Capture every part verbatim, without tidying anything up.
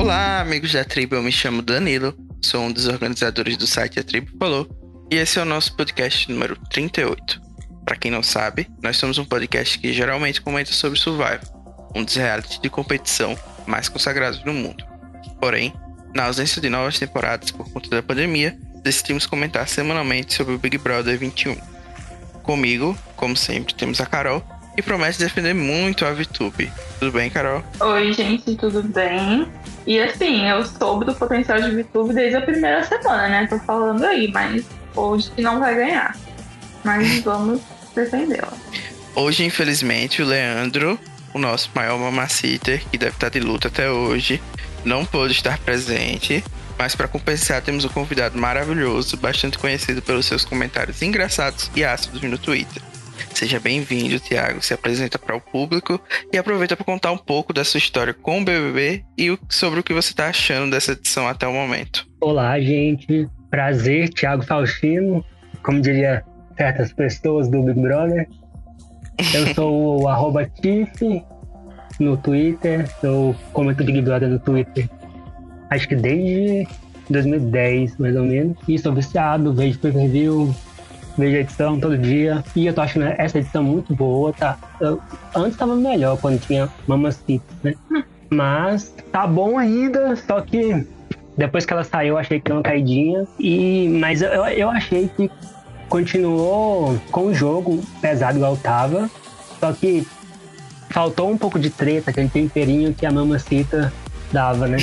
Olá, amigos da tribo, eu me chamo Danilo, sou um dos organizadores do site A Tribo Falou, e esse é o nosso podcast número trinta e oito. Para quem não sabe, nós somos um podcast que geralmente comenta sobre Survival, um dos realities de competição mais consagrados do mundo. Porém, na ausência de novas temporadas por conta da pandemia, decidimos comentar semanalmente sobre o Big Brother vinte e um. Comigo, como sempre, temos a Carol, que promete defender muito a VTube. Tudo bem, Carol? Oi, gente, tudo bem? E assim, eu soube do potencial de VTube desde a primeira semana, né? Tô falando aí, mas hoje não vai ganhar. Mas vamos defendê-la. Hoje, infelizmente, o Leandro, o nosso maior mamaciter, que deve estar de luta até hoje, não pôde estar presente. Mas para compensar, temos um convidado maravilhoso, bastante conhecido pelos seus comentários engraçados e ácidos no Twitter. Seja bem-vindo, Thiago. Se apresenta para o público e aproveita para contar um pouco da sua história com o B B B e sobre o que você está achando dessa edição até o momento. Olá, gente. Prazer, Thiago Faustino. Como diria certas pessoas do Big Brother. Eu sou o arroba Tiff no Twitter. Eu comento Big Brother no Twitter acho que desde dois mil e dez, mais ou menos. E sou viciado, vejo pay-per-view, vejo a edição todo dia. E eu tô achando essa edição muito boa, tá? Eu, antes tava melhor, quando tinha Mamacita, né? Mas tá bom ainda, só que depois que ela saiu, eu achei que deu uma caidinha. E, mas eu, eu achei que continuou com o jogo pesado igual tava. Só que faltou um pouco de treta, aquele temperinho que a Mamacita dava, né?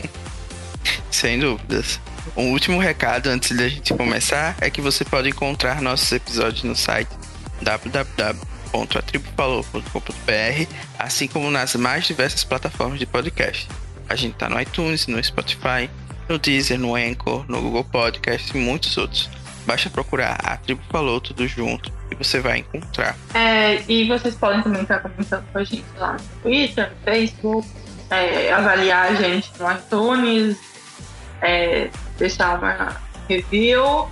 Sem dúvidas. Um último recado antes da gente começar é que você pode encontrar nossos episódios no site w w w ponto a tribo falou ponto com ponto b r, assim como nas mais diversas plataformas de podcast. A gente tá no iTunes, no Spotify, no Deezer, no Anchor, no Google Podcast e muitos outros. Basta procurar A Tribo Falou tudo junto e você vai encontrar. É, e vocês podem também estar comentando com a gente lá no Twitter, no Facebook, é, avaliar a gente no iTunes, é, deixar uma review.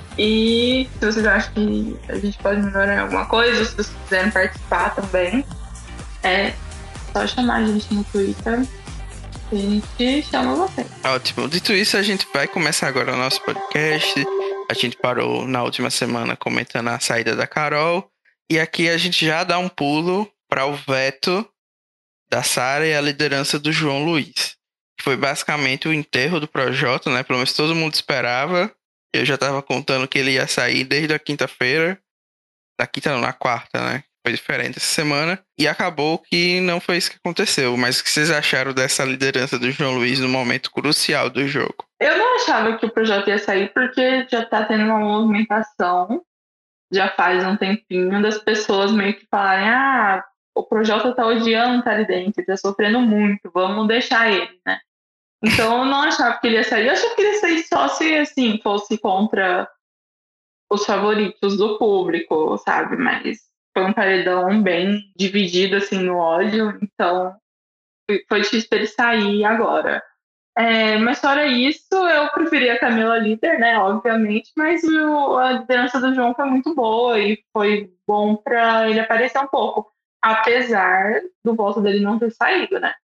E se vocês acham que a gente pode melhorar em alguma coisa, se vocês quiserem participar também, é só chamar a gente no Twitter e a gente chama vocês. Ótimo. Dito isso, a gente vai começar agora o nosso podcast. A gente parou na última semana comentando a saída da Carol. E aqui a gente já dá um pulo para o veto da Sarah e a liderança do João Luiz. Foi basicamente o enterro do Projota, né? Pelo menos todo mundo esperava. Eu já tava contando que ele ia sair desde a quinta-feira. Da quinta não, na quarta, né? Foi diferente essa semana. E acabou que não foi isso que aconteceu. Mas o que vocês acharam dessa liderança do João Luiz no momento crucial do jogo? Eu não achava que o Projota ia sair porque já tá tendo uma movimentação, já faz um tempinho, das pessoas meio que falarem: ah, o Projota tá odiando estar ali dentro, tá sofrendo muito, vamos deixar ele, né? Então eu não achava que ele ia sair. Eu achava que ele ia sair só se, assim, fosse contra os favoritos do público, sabe? Mas foi um paredão bem dividido, assim, no ódio. Então foi difícil pra ele sair agora. É, mas fora isso, eu preferia a Camila líder, né? Obviamente. Mas o, a liderança do João foi muito boa e foi bom pra ele aparecer um pouco. Apesar do voto dele não ter saído, né?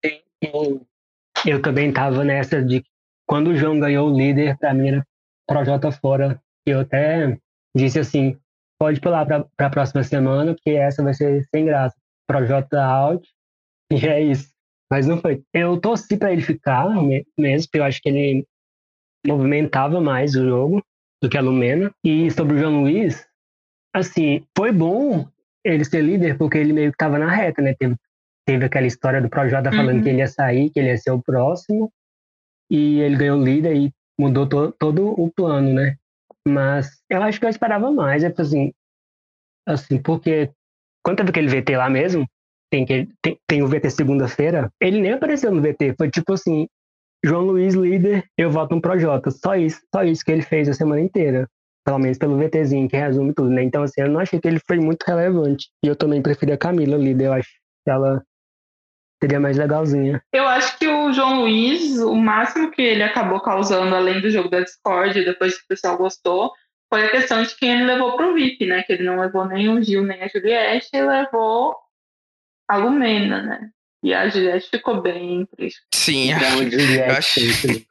Eu também tava nessa de quando o João ganhou o líder, pra mim era Projota fora. Eu até disse assim, pode pular pra, pra próxima semana, porque essa vai ser sem graça. Projota out, e é isso. Mas não foi. Eu torci pra ele ficar mesmo, porque eu acho que ele movimentava mais o jogo do que a Lumena. E sobre o João Luiz, assim, foi bom ele ser líder, porque ele meio que tava na reta, né? Teve Teve aquela história do Projota falando Uhum. que ele ia sair, que ele ia ser o próximo. E ele ganhou o líder e mudou to- todo o plano, né? Mas eu acho que eu esperava mais. É tipo assim, assim, porque quando teve aquele V T lá mesmo, tem, que, tem, tem o V T segunda-feira, ele nem apareceu no V T. Foi tipo assim, João Luiz líder, eu voto no Projota. Só isso, só isso que ele fez a semana inteira. Pelo menos pelo VTzinho, que resume tudo, né? Então assim, eu não achei que ele foi muito relevante. E eu também preferi a Camila líder. Eu acho que ela seria mais legalzinha. Eu acho que o João Luiz, o máximo que ele acabou causando, além do jogo da Discord, depois que o pessoal gostou, foi a questão de quem ele levou pro V I P, né? Que ele não levou nem o Gil, nem a Juliette, ele levou a Lumena, né? E a Juliette ficou bem triste. Sim, a, Drama de Juliette eu acho- sempre.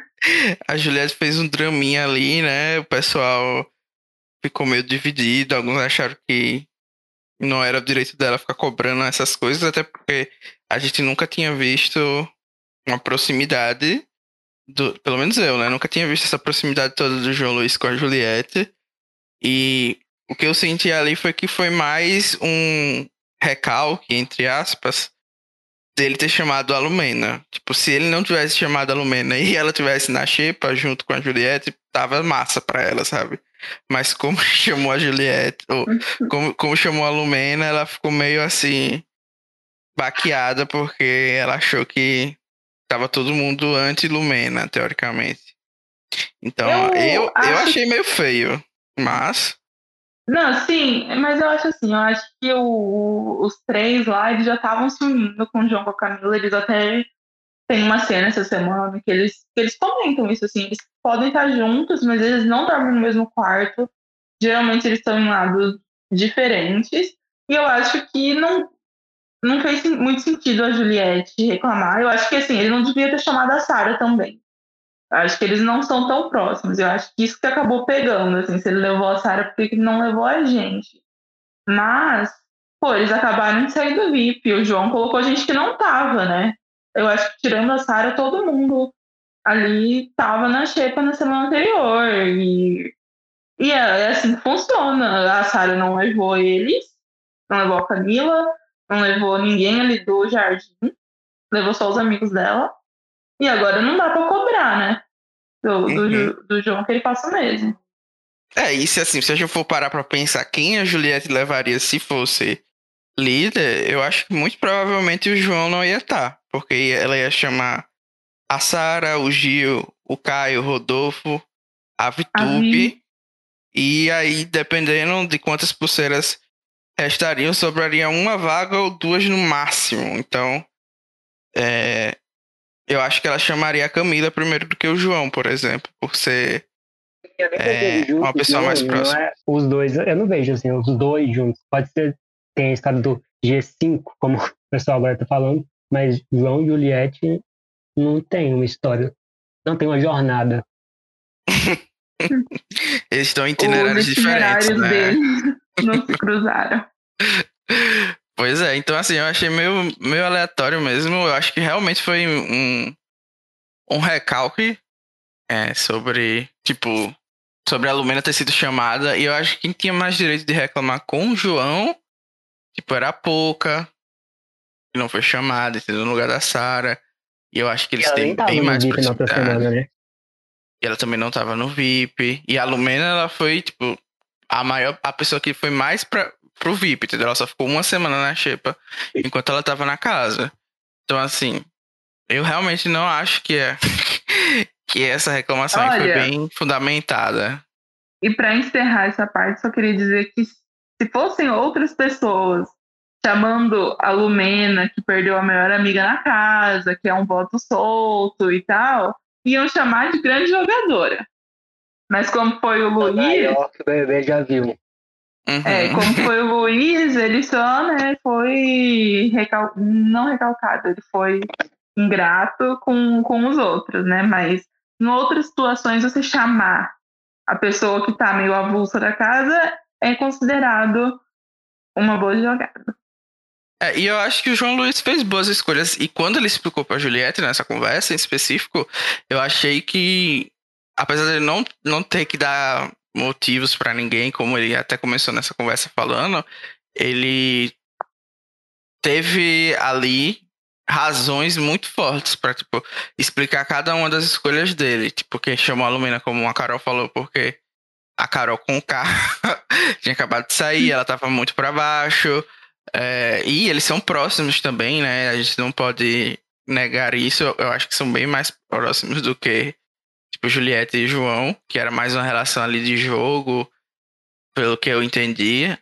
a Juliette fez um draminha ali, né? O pessoal ficou meio dividido. Alguns acharam que não era o direito dela ficar cobrando essas coisas, até porque a gente nunca tinha visto uma proximidade do, pelo menos eu, né? Nunca tinha visto essa proximidade toda do João Luiz com a Juliette. E o que eu senti ali foi que foi mais um recalque, entre aspas, dele ter chamado a Lumena. Tipo, se ele não tivesse chamado a Lumena e ela tivesse na xepa junto com a Juliette, tava massa pra ela, sabe? Mas como chamou a Juliette, ou como, como chamou a Lumena, ela ficou meio assim, baqueada, porque ela achou que tava todo mundo anti-Lumena, teoricamente. Então, Eu eu, eu acho. achei meio feio, mas... Não, sim, mas eu acho assim, eu acho que o- os três lá, eles já estavam se unindo com o João e com a Camila, eles até tem uma cena essa semana que eles, que eles comentam isso, assim, eles podem estar juntos, mas eles não dormem no mesmo quarto, geralmente eles estão em lados diferentes, e eu acho que não, não fez sen- muito sentido a Juliette reclamar, eu acho que assim, ele não devia ter chamado a Sarah também. Eu acho que eles não são tão próximos. Eu acho que isso que acabou pegando, assim, se ele levou a Sarah, por que que ele não levou a gente? Mas, pô, eles acabaram de sair do V I P. O João colocou gente que não tava, né? Eu acho que tirando a Sarah, todo mundo ali tava na xepa na semana anterior. E, e é, é assim que funciona. A Sarah não levou eles, não levou a Camila, não levou ninguém ali do jardim, levou só os amigos dela. E agora não dá pra cobrar, né? Do, do, Uhum. Ju- do João que ele passa mesmo. É, e se assim, se a gente for parar pra pensar quem a Juliette levaria se fosse líder, eu acho que muito provavelmente o João não ia estar. Porque ela ia chamar a Sara, o Gil, o Caio, o Rodolfo, a A Vi, Vitube. E aí, dependendo de quantas pulseiras restariam, sobraria uma vaga ou duas no máximo. Então, é, eu acho que ela chamaria a Camila primeiro do que o João, por exemplo, por ser Eu nem vejo eles é, uma juntos, pessoa não, mais não próxima. é os dois, eu não vejo assim, os dois juntos. Pode ser, tem a história do G cinco, como o pessoal agora tá falando, mas João e Juliette não tem uma história, não tem uma jornada. Eles estão em os itinerários diferentes, itinerários né? dele não se cruzaram. Pois é, então assim, eu achei meio, meio aleatório mesmo. Eu acho que realmente foi um, um recalque é, sobre, tipo, sobre a Lumena ter sido chamada. E eu acho que quem tinha mais direito de reclamar com o João, tipo, era a Poca, que não foi chamada, entendeu? No lugar da Sara. E eu acho que E eles ela nem têm bem tava no mais V I P na outra proximidade. semana, né? E ela também não tava no V I P. E a Lumena, ela foi, tipo, a maior, a pessoa que foi mais pra, pro V I P, entendeu? Ela só ficou uma semana na xepa, enquanto ela tava na casa. Então, assim, eu realmente não acho que é que essa reclamação aí foi Olha, bem fundamentada. e para encerrar essa parte, só queria dizer que se fossem outras pessoas chamando a Lumena, que perdeu a melhor amiga na casa, que é um voto solto e tal, iam chamar de grande jogadora. Mas como foi o A Luiz, maior que o bebê já viu. é, Uhum. como foi o Luiz, ele só, né, foi recal... não recalcado, ele foi ingrato com, com os outros, né? Mas em outras situações, você chamar a pessoa que tá meio avulsa da casa é considerado uma boa jogada. É, e eu acho que o João Luiz fez boas escolhas. E quando ele explicou pra Juliette nessa conversa em específico, eu achei que, apesar dele não, não ter que dar motivos pra ninguém, como ele até começou nessa conversa falando, ele teve ali razões muito fortes pra, tipo, explicar cada uma das escolhas dele. Tipo, que chamou a Lumena, como a Carol falou, porque a Carol com o carro tinha acabado de sair, ela tava muito pra baixo. É, e eles são próximos também, né? A gente não pode negar isso. Eu, eu acho que são bem mais próximos do que, tipo, Juliette e João, que era mais uma relação ali de jogo, pelo que eu entendi.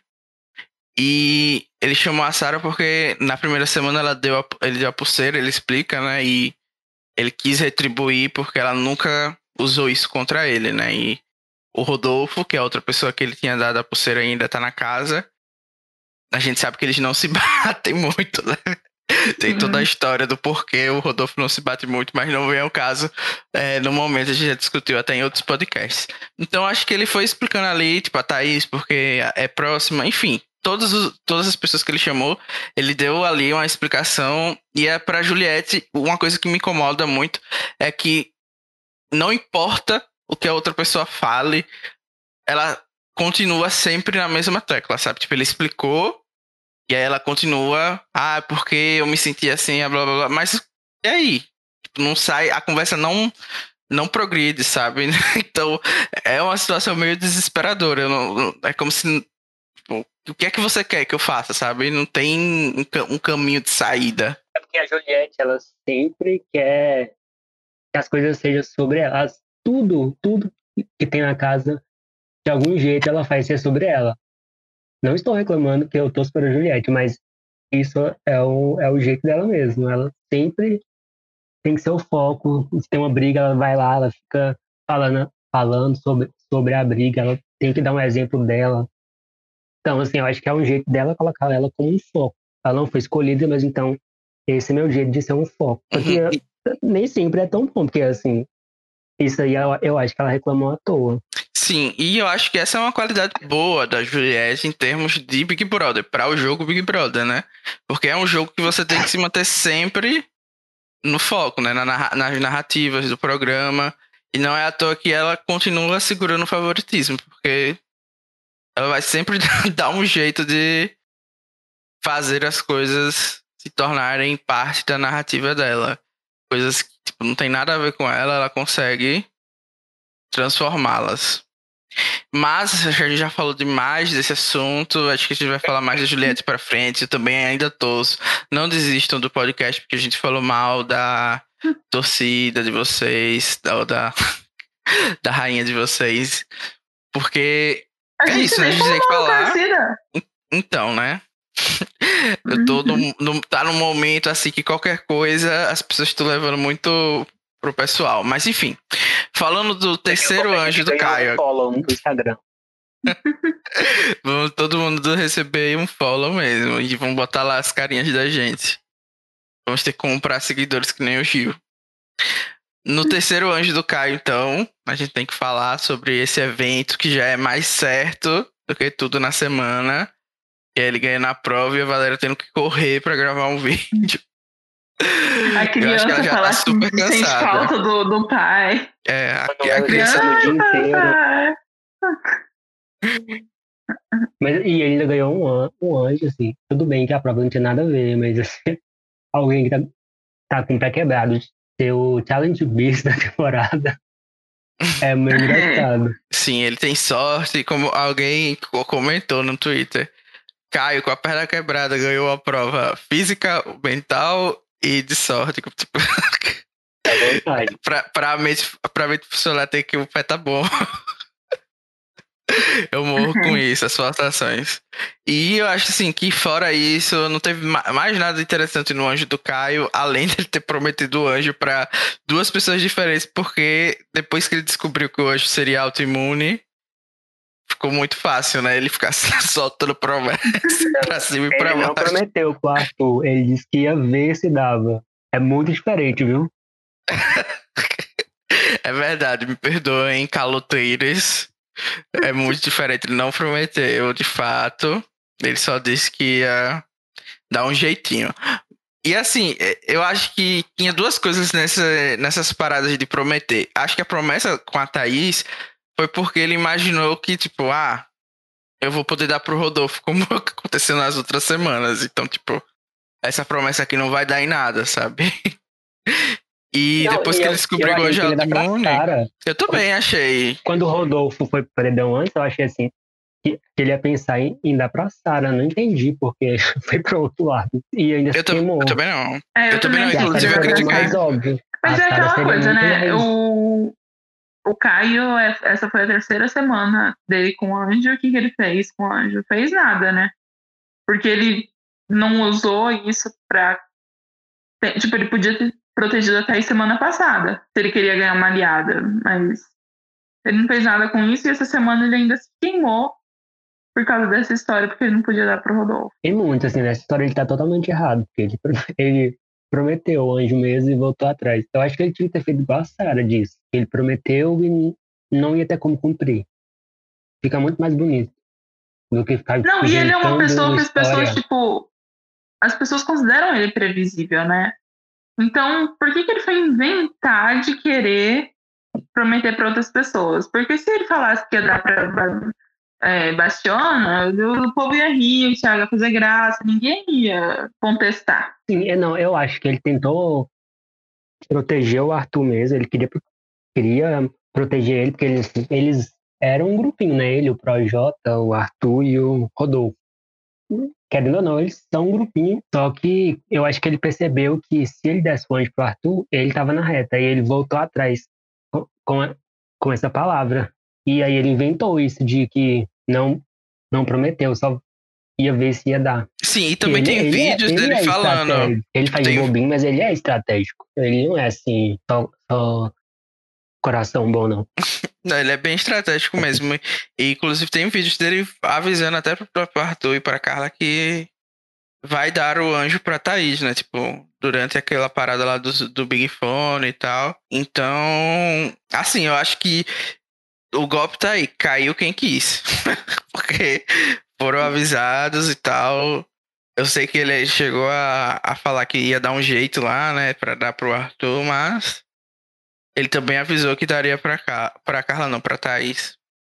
E ele chamou a Sarah porque na primeira semana ela deu a, ele deu a pulseira, ele explica, né? E ele quis retribuir porque ela nunca usou isso contra ele, né? E o Rodolfo, que é outra pessoa que ele tinha dado a pulseira ainda tá na casa. A gente sabe que eles não se batem muito, né? Tem toda a história do porquê o Rodolfo não se bate muito, mas não vem ao caso. É, no momento a gente já discutiu até em outros podcasts. Então acho que ele foi explicando ali, tipo, a Thaís, porque é próxima, enfim. Todos os, todas as pessoas que ele chamou, ele deu ali uma explicação. E é pra Juliette, uma coisa que me incomoda muito é que não importa o que a outra pessoa fale, ela continua sempre na mesma tecla, sabe? Tipo, ele explicou, e aí ela continua, ah, porque eu me senti assim, blá blá blá, mas e aí? Tipo, não sai, a conversa não, não progride, sabe? Então, é uma situação meio desesperadora. Eu não, não- é como se, tipo, o que é que você quer que eu faça, sabe? Não tem um, ca- um caminho de saída. É porque a Juliette, ela sempre quer que as coisas sejam sobre ela. As- Tudo, tudo que tem na casa, de algum jeito ela faz ser sobre ela. Não estou reclamando que eu torço para a Juliette, mas isso é o, é o jeito dela mesmo. Ela sempre tem que ser o foco. Se tem uma briga, ela vai lá, ela fica falando, falando sobre, sobre a briga, ela tem que dar um exemplo dela. Então, assim, eu acho que é um jeito dela colocar ela como um foco. Ela não foi escolhida, mas então esse é meu jeito de ser um foco. Porque Uhum. eu- nem sempre é tão bom, porque assim, isso aí eu, eu acho que ela reclamou à toa. Sim, e eu acho que essa é uma qualidade boa da Juliette em termos de Big Brother, para o jogo Big Brother, né? Porque é um jogo que você tem que se manter sempre no foco, né? Na narra- nas narrativas do programa. E não é à toa que ela continua segurando o favoritismo, porque ela vai sempre dar um jeito de fazer as coisas se tornarem parte da narrativa dela. Coisas que tipo, não tem nada a ver com ela, ela consegue transformá-las. Mas a gente já falou demais desse assunto. Acho que a gente vai falar mais da Juliette pra frente. Eu também ainda torço. Não desistam do podcast, porque a gente falou mal da torcida de vocês, da, da, da rainha de vocês. Porque A é gente isso, né? A nem gente tem que falou da falar. torcida. Então, né? Eu tô Uhum. num, num- tá num momento assim que qualquer coisa as pessoas estão levando muito pro pessoal. Mas enfim, falando do terceiro anjo do Caio. Follow no Instagram. Vamos todo mundo receber um follow mesmo. E vamos botar lá as carinhas da gente. Vamos ter que comprar seguidores que nem o Gil. No terceiro anjo do Caio, então, a gente tem que falar sobre esse evento que já é mais certo do que tudo na semana. Que é ele ganha na prova e a Valéria tendo que correr pra gravar um vídeo. A Eu acho que ela criança já tá fala super que sente cansada. falta do, do pai. É, a, Quando a ela criança. no dia inteiro. Pai. Mas, e ele ainda ganhou um, an- um anjo, assim. Tudo bem que a prova não tinha nada a ver, mas assim, alguém que tá, tá com o pé quebrado de ser o Challenge Beast da temporada é meio engraçado. Sim, ele tem sorte, como alguém co- comentou no Twitter. Caio, com a perna quebrada, ganhou a prova física, mental e de sorte. Tipo, É vontade. pra, pra, mente, pra mente funcionar, tem que o pé tá bom. Eu morro com isso, as faltações. E eu acho assim que fora isso, não teve ma- mais nada interessante no anjo do Caio, além dele ter prometido o anjo pra duas pessoas diferentes, porque depois que ele descobriu que o anjo seria autoimune, ficou muito fácil, né? Ele ficar soltando promessa pra cima e pra Ele não baixo. prometeu pro Arthur, ele disse que ia ver se dava. É muito diferente, viu? É verdade, me perdoem, caloteiros. É muito diferente. Ele não prometeu, de fato. Ele só disse que ia dar um jeitinho. E assim, é, eu acho que tinha duas coisas nessa, nessas paradas de prometer. Acho que a promessa com a Thaís foi porque ele imaginou que, tipo, ah, eu vou poder dar pro Rodolfo como aconteceu nas outras semanas. Então, tipo, essa promessa aqui não vai dar em nada, sabe? E Não, depois e que ele eu, eu descobriu o achei anjo que ele ia dar pra autoimune, Sara. eu também achei. Quando o Rodolfo foi pro paredão antes, eu achei assim, que que ele ia pensar em, em dar pra Sara. Não entendi porque foi pro outro lado. E ainda se Eu, tam- queimou. eu também não. É, eu, Eu também não, também Que a achei que Sara inclusive, ele eu ia seria critiquei. mais atrasar. óbvio. Mas A é Sara aquela seria coisa, muito né? mais... O, o Caio, é- essa foi a terceira semana dele com o anjo. O que, que ele fez com o anjo? Fez nada, né? Porque ele não usou isso pra. Tipo, ele podia ter protegido até a semana passada, se ele queria ganhar uma aliada. Mas ele não fez nada com isso e essa semana ele ainda se queimou por causa dessa história, porque ele não podia dar pro Rodolfo. Tem muito, assim, nessa história ele tá totalmente errado, porque ele, ele prometeu o anjo mesmo e voltou atrás. Eu acho que ele tinha que ter feito igual a Sarah disse. Ele prometeu e não ia ter como cumprir. Fica muito mais bonito do que ficar Não, e ele é uma inventando pessoa que as história. pessoas, tipo, as pessoas consideram ele previsível, né? Então, por que, que ele foi inventar de querer prometer para outras pessoas? Porque se ele falasse que ia dar para é, Bastiona, o povo ia rir, o Thiago ia fazer graça, ninguém ia contestar. Sim, é, não, eu acho que ele tentou proteger o Arthur mesmo, ele queria, queria proteger ele, porque eles, eles eram um grupinho, né? Ele, o Projota, o Arthur e o Rodolfo. Querendo ou não, eles são um grupinho, só que eu acho que ele percebeu que se ele desse o anjo pro Arthur, ele tava na reta, e ele voltou atrás com, com, a- com essa palavra. E aí ele inventou isso de que não, não prometeu, só ia ver se ia dar. Sim, e Que também ele, tem ele, é, vídeos ele dele é falando. estratégico, ele Tipo, faz de tem, bobinho, mas ele é estratégico. Ele não é assim, só, só coração bom, não. não, ele é bem estratégico mesmo. E, inclusive, tem vídeos dele avisando até pro próprio Arthur e pra Carla que vai dar o anjo pra Thaís, né? Tipo, durante aquela parada lá do, do Big Fone e tal. Então, assim, eu acho que o golpe tá aí. Caiu quem quis. Porque foram avisados e tal. Eu sei que ele chegou a, a falar que ia dar um jeito lá, né? Pra dar pro Arthur, mas ele também avisou que daria pra, cá, pra Carla, não, pra Thaís.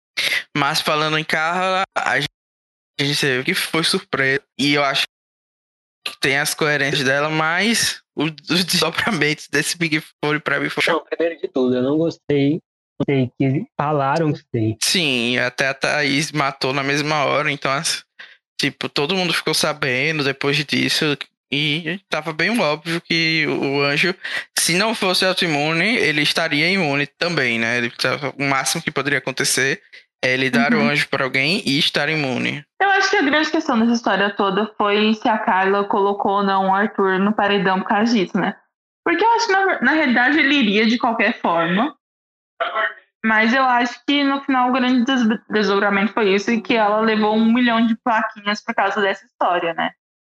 Mas falando em Carla, a gente teve que foi surpresa. E eu acho que tem as coerências dela, mas os, os desdobramentos desse Big Fone pra mim foi. Não, primeiro de tudo, eu não gostei, gostei que falaram que tem. Sim, até a Thaís matou na mesma hora, então, as- tipo, todo mundo ficou sabendo depois disso. E tava bem óbvio que o anjo, se não fosse autoimune, ele estaria imune também, né? Ele, tava- o máximo que poderia acontecer é ele dar o Uhum. anjo pra alguém e estar imune. Eu acho que a grande questão dessa história toda foi se a Carla colocou ou não o Arthur no paredão por causa disso, né? Porque eu acho que, na, na realidade, ele iria de qualquer forma. Mas eu acho que, no final, o grande des- desdobramento foi isso e que ela levou um milhão de plaquinhas por causa dessa história, né?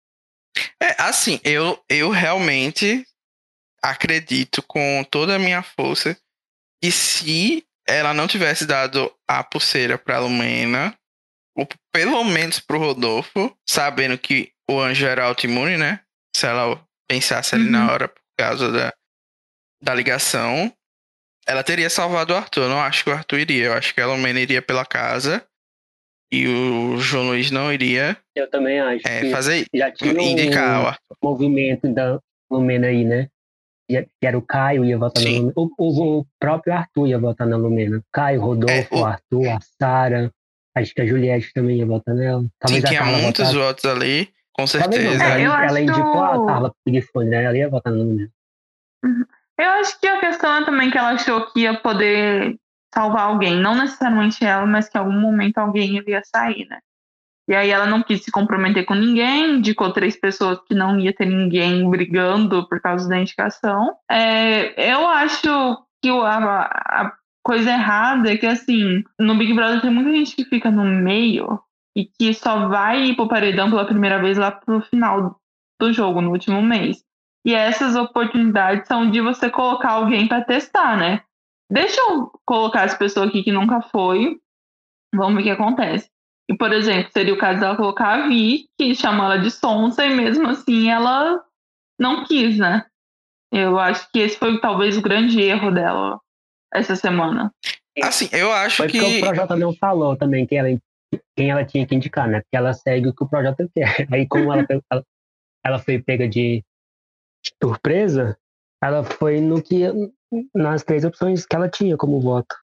É, assim, eu, eu realmente acredito com toda a minha força que se ela não tivesse dado a pulseira pra Lumena, ou pelo menos pro Rodolfo, sabendo que o anjo era autoimune, né? Se ela pensasse ali na Uhum. hora por causa da, da ligação, ela teria salvado o Arthur. Eu não acho que o Arthur iria. Eu acho que a Lumena iria pela casa e o João Luiz não iria Eu também acho é, que fazer já tinha indicar o um Arthur. movimento da Lumena aí, né? Que era o Caio ia votar na Sim. Lumena. O, o, o próprio Arthur ia votar na Lumena. Caio, É, Rodolfo, o, Arthur, a Sara. Acho que a Juliette também ia votar nela. sim, Talvez a tinha Carla muitos votasse. votos ali, com Talvez não, porque certeza. ela, É, eu ela acho que indicou a o... Carla pro Big Fone, né? Ela ia votar na Lumena. Uhum. Eu acho que a questão é também que ela achou que ia poder salvar alguém. Não necessariamente ela, mas que em algum momento alguém iria sair, né? E aí ela não quis se comprometer com ninguém, indicou três pessoas que não ia ter ninguém brigando por causa da indicação. É, eu acho que o- a, a coisa errada é que, assim, no Big Brother tem muita gente que fica no meio e que só vai ir pro paredão pela primeira vez lá pro final do jogo, no último mês. E essas oportunidades são de você colocar alguém para testar, né? Deixa eu colocar essa pessoa aqui que nunca foi, vamos ver o que acontece. E, por exemplo, seria o caso dela colocar a Vi, que chamou ela de sonsa, e mesmo assim ela não quis, né? Eu acho que esse foi talvez o grande erro dela essa semana. Assim, eu acho Foi porque o que. Projota não falou também quem ela, quem ela tinha que indicar, né? Porque ela segue o que o Projota quer. Aí, como ela, ela, ela foi pega de surpresa, ela foi no que nas três opções que ela tinha como voto.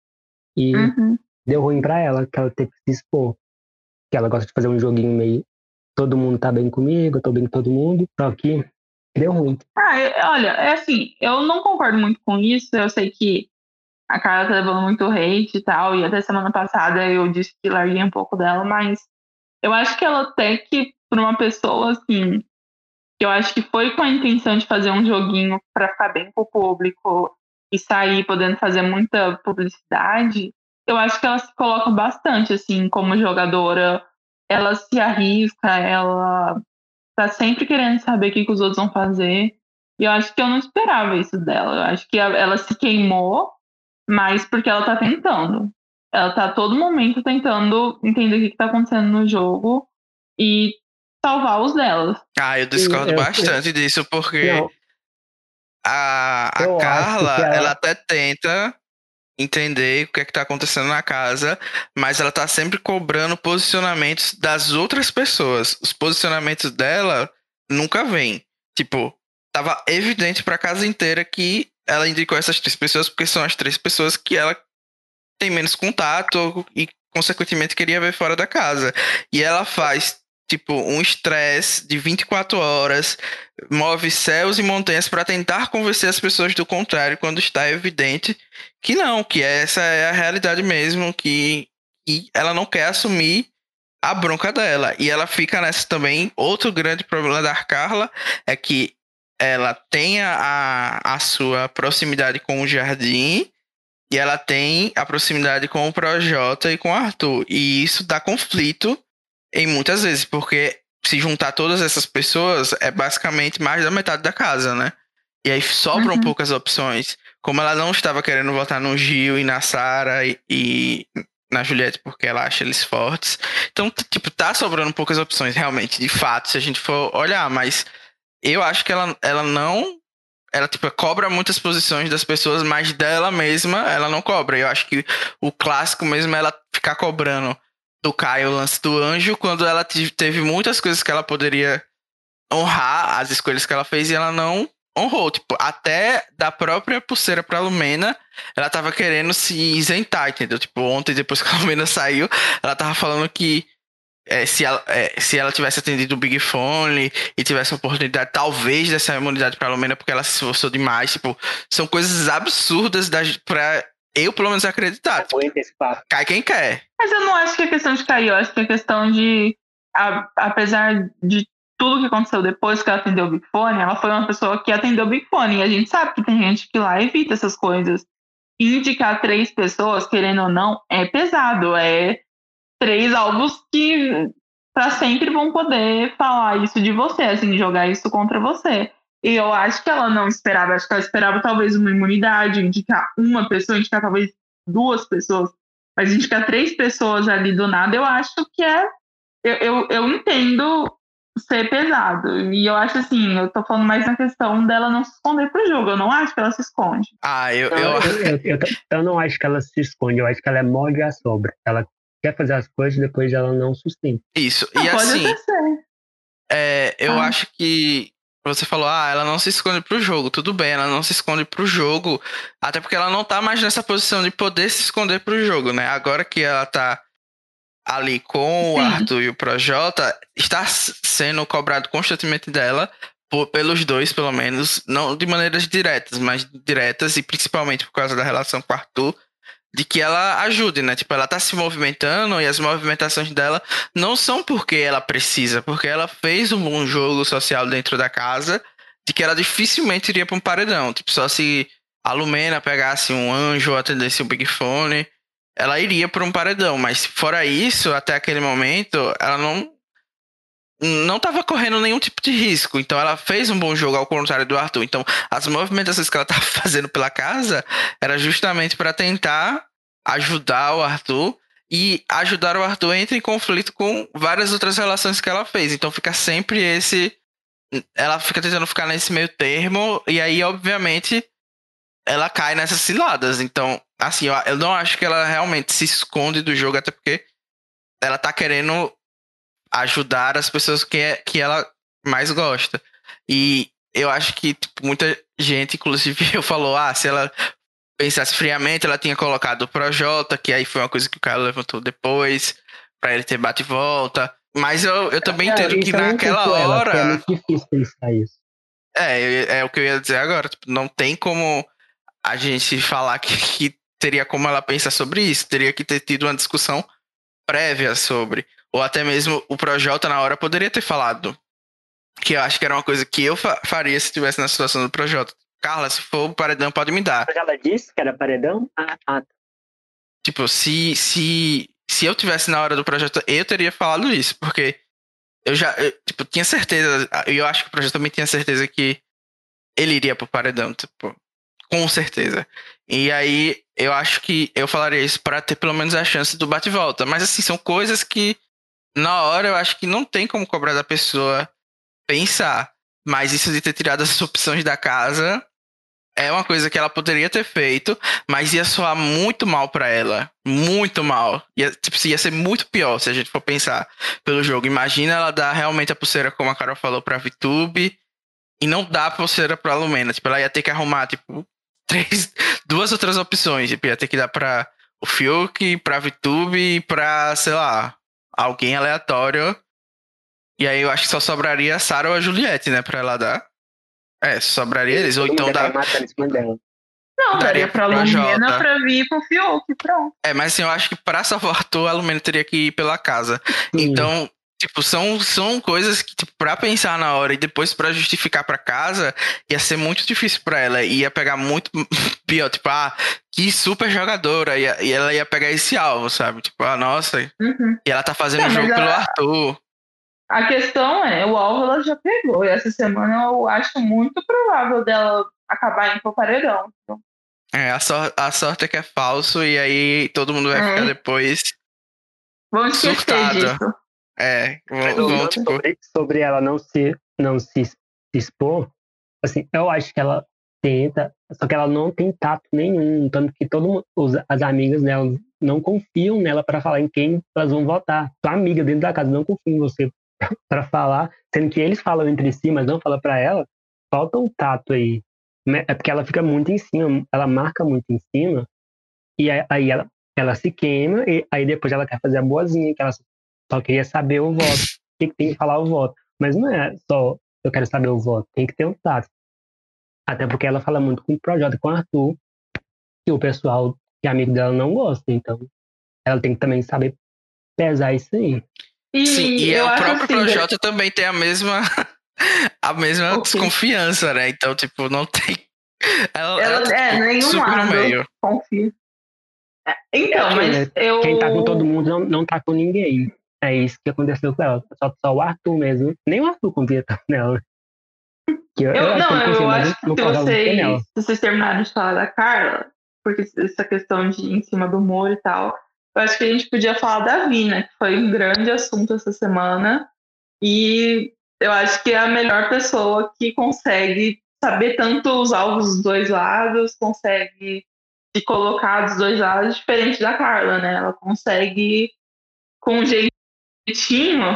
E Uhum. deu ruim pra ela, que ela teve que se expor. Que ela gosta de fazer um joguinho meio. Todo mundo tá bem comigo, eu tô bem com todo mundo. Só que deu ruim. Ah, eu- olha, é assim, eu não concordo muito com isso. Eu sei que a Carla tá levando muito hate e tal, e até semana passada eu disse que larguei um pouco dela, mas eu acho que ela até que, pra uma pessoa assim, que eu acho que foi com a intenção de fazer um joguinho pra ficar bem pro público e sair podendo fazer muita publicidade, eu acho que ela se coloca bastante, assim, como jogadora ela se arrisca, ela tá sempre querendo saber o que, que os outros vão fazer. E eu acho que eu não esperava isso dela. Eu acho que ela se queimou, mas porque ela tá tentando. Ela tá a todo momento tentando entender o que, que tá acontecendo no jogo e salvar os delas. Ah, eu discordo Eu- eu- bastante disso, porque Não, a, a eu acho Carla, que ela ela. até tenta entender o que é que tá acontecendo na casa, mas ela tá sempre cobrando posicionamentos das outras pessoas. Os posicionamentos dela nunca vêm. Tipo, tava evidente pra casa inteira que ela indicou essas três pessoas porque são as três pessoas que ela tem menos contato e, consequentemente, queria ver fora da casa. E ela faz, tipo, um estresse de vinte e quatro horas, move céus e montanhas para tentar convencer as pessoas do contrário, quando está evidente que não, que essa é a realidade mesmo, que, que ela não quer assumir a bronca dela. E ela fica nessa também. Outro grande problema da Carla é que ela tem a, a sua proximidade com o jardim. E ela tem a proximidade com o Projota e com o Arthur. E isso dá conflito em muitas vezes, porque se juntar todas essas pessoas é basicamente mais da metade da casa, né? E aí sobram Uhum. poucas opções. Como ela não estava querendo votar no Gil e na Sarah e, e na Juliette porque ela acha eles fortes. Então, t- tipo, tá sobrando poucas opções, realmente, de fato, se a gente for olhar. Mas eu acho que ela, ela não ela, tipo, cobra muitas posições das pessoas, mas dela mesma ela não cobra. Eu acho que o clássico mesmo é ela ficar cobrando do Caio o lance do anjo, quando ela te- teve muitas coisas que ela poderia honrar, as escolhas que ela fez, e ela não honrou. Tipo, até da própria pulseira pra Lumena, ela tava querendo se isentar, entendeu? Tipo, ontem, depois que a Lumena saiu, ela tava falando que é, se, ela, é, se ela tivesse atendido o Big Fone e tivesse a oportunidade, talvez, dessa imunidade pra Lumena, porque ela se esforçou demais. Tipo, são coisas absurdas da, pra eu, pelo menos, acreditar. Tipo, Aguenta esse papo. cai quem quer. Mas eu não acho que é questão de cair, eu acho que é questão de, a- apesar de tudo que aconteceu depois que ela atendeu o Big Fone, ela foi uma pessoa que atendeu o Big Fone. E a gente sabe que tem gente que lá evita essas coisas. E indicar três pessoas, querendo ou não, é pesado. É três alvos que para sempre vão poder falar isso de você, assim, jogar isso contra você. E eu acho que ela não esperava, acho que ela esperava talvez uma imunidade, indicar uma pessoa, indicar talvez duas pessoas, mas indicar três pessoas ali do nada, eu acho que é. Eu, eu, eu entendo ser pesado. E eu acho assim, eu tô falando mais na questão dela não se esconder pro jogo. Eu não acho que ela se esconde. Ah, eu. Não, eu... eu, eu, eu, eu não acho que ela se esconde, eu acho que ela é morde a sobra. Ela quer fazer as coisas e depois ela não sustenta. Isso. Não, E pode assim, até ser. é, eu Ah. acho que. Você falou, ah, ela não se esconde pro jogo. Tudo bem, ela não se esconde pro jogo. Até porque ela não tá mais nessa posição de poder se esconder pro jogo, né? Agora que ela tá ali com o Sim. Arthur e o Projota, está s- sendo cobrado constantemente dela, por- pelos dois, pelo menos, não de maneiras diretas, mas diretas, e principalmente por causa da relação com o Arthur, de que ela ajude, né? Tipo, ela tá se movimentando e as movimentações dela não são porque ela precisa, porque ela fez um bom jogo social dentro da casa, de que ela dificilmente iria pra um paredão. Tipo, só se a Lumena pegasse um anjo ou atendesse o Big Fone, ela iria para um paredão. Mas fora isso, até aquele momento, ela não não estava correndo nenhum tipo de risco. Então ela fez um bom jogo ao contrário do Arthur. Então as movimentações que ela estava fazendo pela casa era justamente para tentar ajudar o Arthur e ajudar o Arthur a entrar em conflito com várias outras relações que ela fez. Então fica sempre esse ela fica tentando ficar nesse meio termo e aí obviamente ela cai nessas ciladas. Então, assim, eu, eu não acho que ela realmente se esconde do jogo, até porque ela tá querendo ajudar as pessoas que, é, que ela mais gosta. E eu acho que tipo, muita gente, inclusive, eu falou, ah, se ela pensasse friamente, ela tinha colocado o Projota, que aí foi uma coisa que o cara levantou depois, pra ele ter bate e volta. Mas eu, eu também É, entendo que isso eu nem naquela culpo ela, porque é hora. muito difícil pensar isso. É, é o que eu ia dizer agora. Tipo, não tem como a gente falar que, que teria como ela pensar sobre isso. Teria que ter tido uma discussão prévia sobre. Ou até mesmo o Projota na hora poderia ter falado. Que eu acho que era uma coisa que eu fa- faria se estivesse na situação do Projota. Carla, se for o paredão, pode me dar. Mas ela disse que era paredão? Ah, ah, Tipo, se, se, se se eu tivesse na hora do projeto, eu teria falado isso, porque eu já, eu, tipo, tinha certeza, e eu acho que o projeto também tinha certeza que ele iria pro paredão, tipo, com certeza. E aí, eu acho que eu falaria isso pra ter pelo menos a chance do bate e volta. Mas assim, são coisas que na hora eu acho que não tem como cobrar da pessoa pensar. Mas isso de ter tirado as opções da casa é uma coisa que ela poderia ter feito, mas ia soar muito mal pra ela. Muito mal. Ia, tipo, ia ser muito pior se a gente for pensar pelo jogo. Imagina ela dar realmente a pulseira, como a Carol falou, pra VTube e não dar a pulseira pra Lumena. Tipo, ela ia ter que arrumar, tipo, três, duas outras opções. Tipo, ia ter que dar pra o Fiuk, pra VTube e pra, sei lá, alguém aleatório. E aí eu acho que só sobraria a Sarah ou a Juliette, né, pra ela dar. É, sobraria eles. Ou então dá. Não, daria pra pra Lumena Jota. pra vir pro Fiuk, pronto. É, mas assim, eu acho que pra salvar o Arthur, a Lumena teria que ir pela casa. Sim. Então, tipo, são, são coisas que, tipo, pra pensar na hora e depois pra justificar pra casa, ia ser muito difícil pra ela. Ia pegar muito pior. Tipo, ah, que super jogadora. E, e ela ia pegar esse alvo, sabe? Tipo, ah, nossa. Uhum. E ela tá fazendo o Não, jogo mas pelo a- Arthur. A questão é, o alvo ela já pegou. E essa semana eu acho muito provável dela acabar indo pro paredão. Então, É, a, sor- a sorte é que é falso e aí todo mundo vai É. ficar depois vamos esquecer surtado. disso. É, Mas vão, vão, voltando tipo... sobre, sobre ela não se, não se, se expor, assim, eu acho que ela tenta, só que ela não tem tato nenhum, tanto que todo mundo, os, as amigas dela não confiam nela para falar em quem elas vão votar. Sua amiga dentro da casa não confia em você para falar, sendo que eles falam entre si, mas não fala para ela. Falta um tato aí. Né? É porque ela fica muito em cima, ela marca muito em cima, e aí aí ela, ela se queima, e aí depois ela quer fazer a boazinha, que ela só queria saber o voto. O que, que tem que falar o voto? Mas não é só eu quero saber o voto, tem que ter um tato. Até porque ela fala muito com o Projota, com o Arthur, que o pessoal que é amigo dela não gosta, então ela tem que também saber pesar isso aí. E Sim, e é eu o acho próprio assim, Projota também tem a mesma a mesma Ok. desconfiança, né? Então, tipo, não tem... Ela, ela ela tá, é tipo, nenhum super no lado meio. confia. É, Então, É aquilo, mas né? eu. Quem tá com todo mundo não, não tá com ninguém. É isso que aconteceu com ela. Só, só o Arthur mesmo. Nem o Arthur confia tanto nela. Que eu, eu Eu, acho que não, ele confia eu mais acho que no se casal do que nela. vocês, se vocês terminarem de falar da Carla, porque essa questão de ir em cima do muro e tal, eu acho que a gente podia falar da Vina, que foi um grande assunto essa semana. E eu acho que é a melhor pessoa que consegue saber tanto os alvos dos dois lados, consegue se colocar dos dois lados, diferente da Carla, né? Ela consegue, com um jeitinho,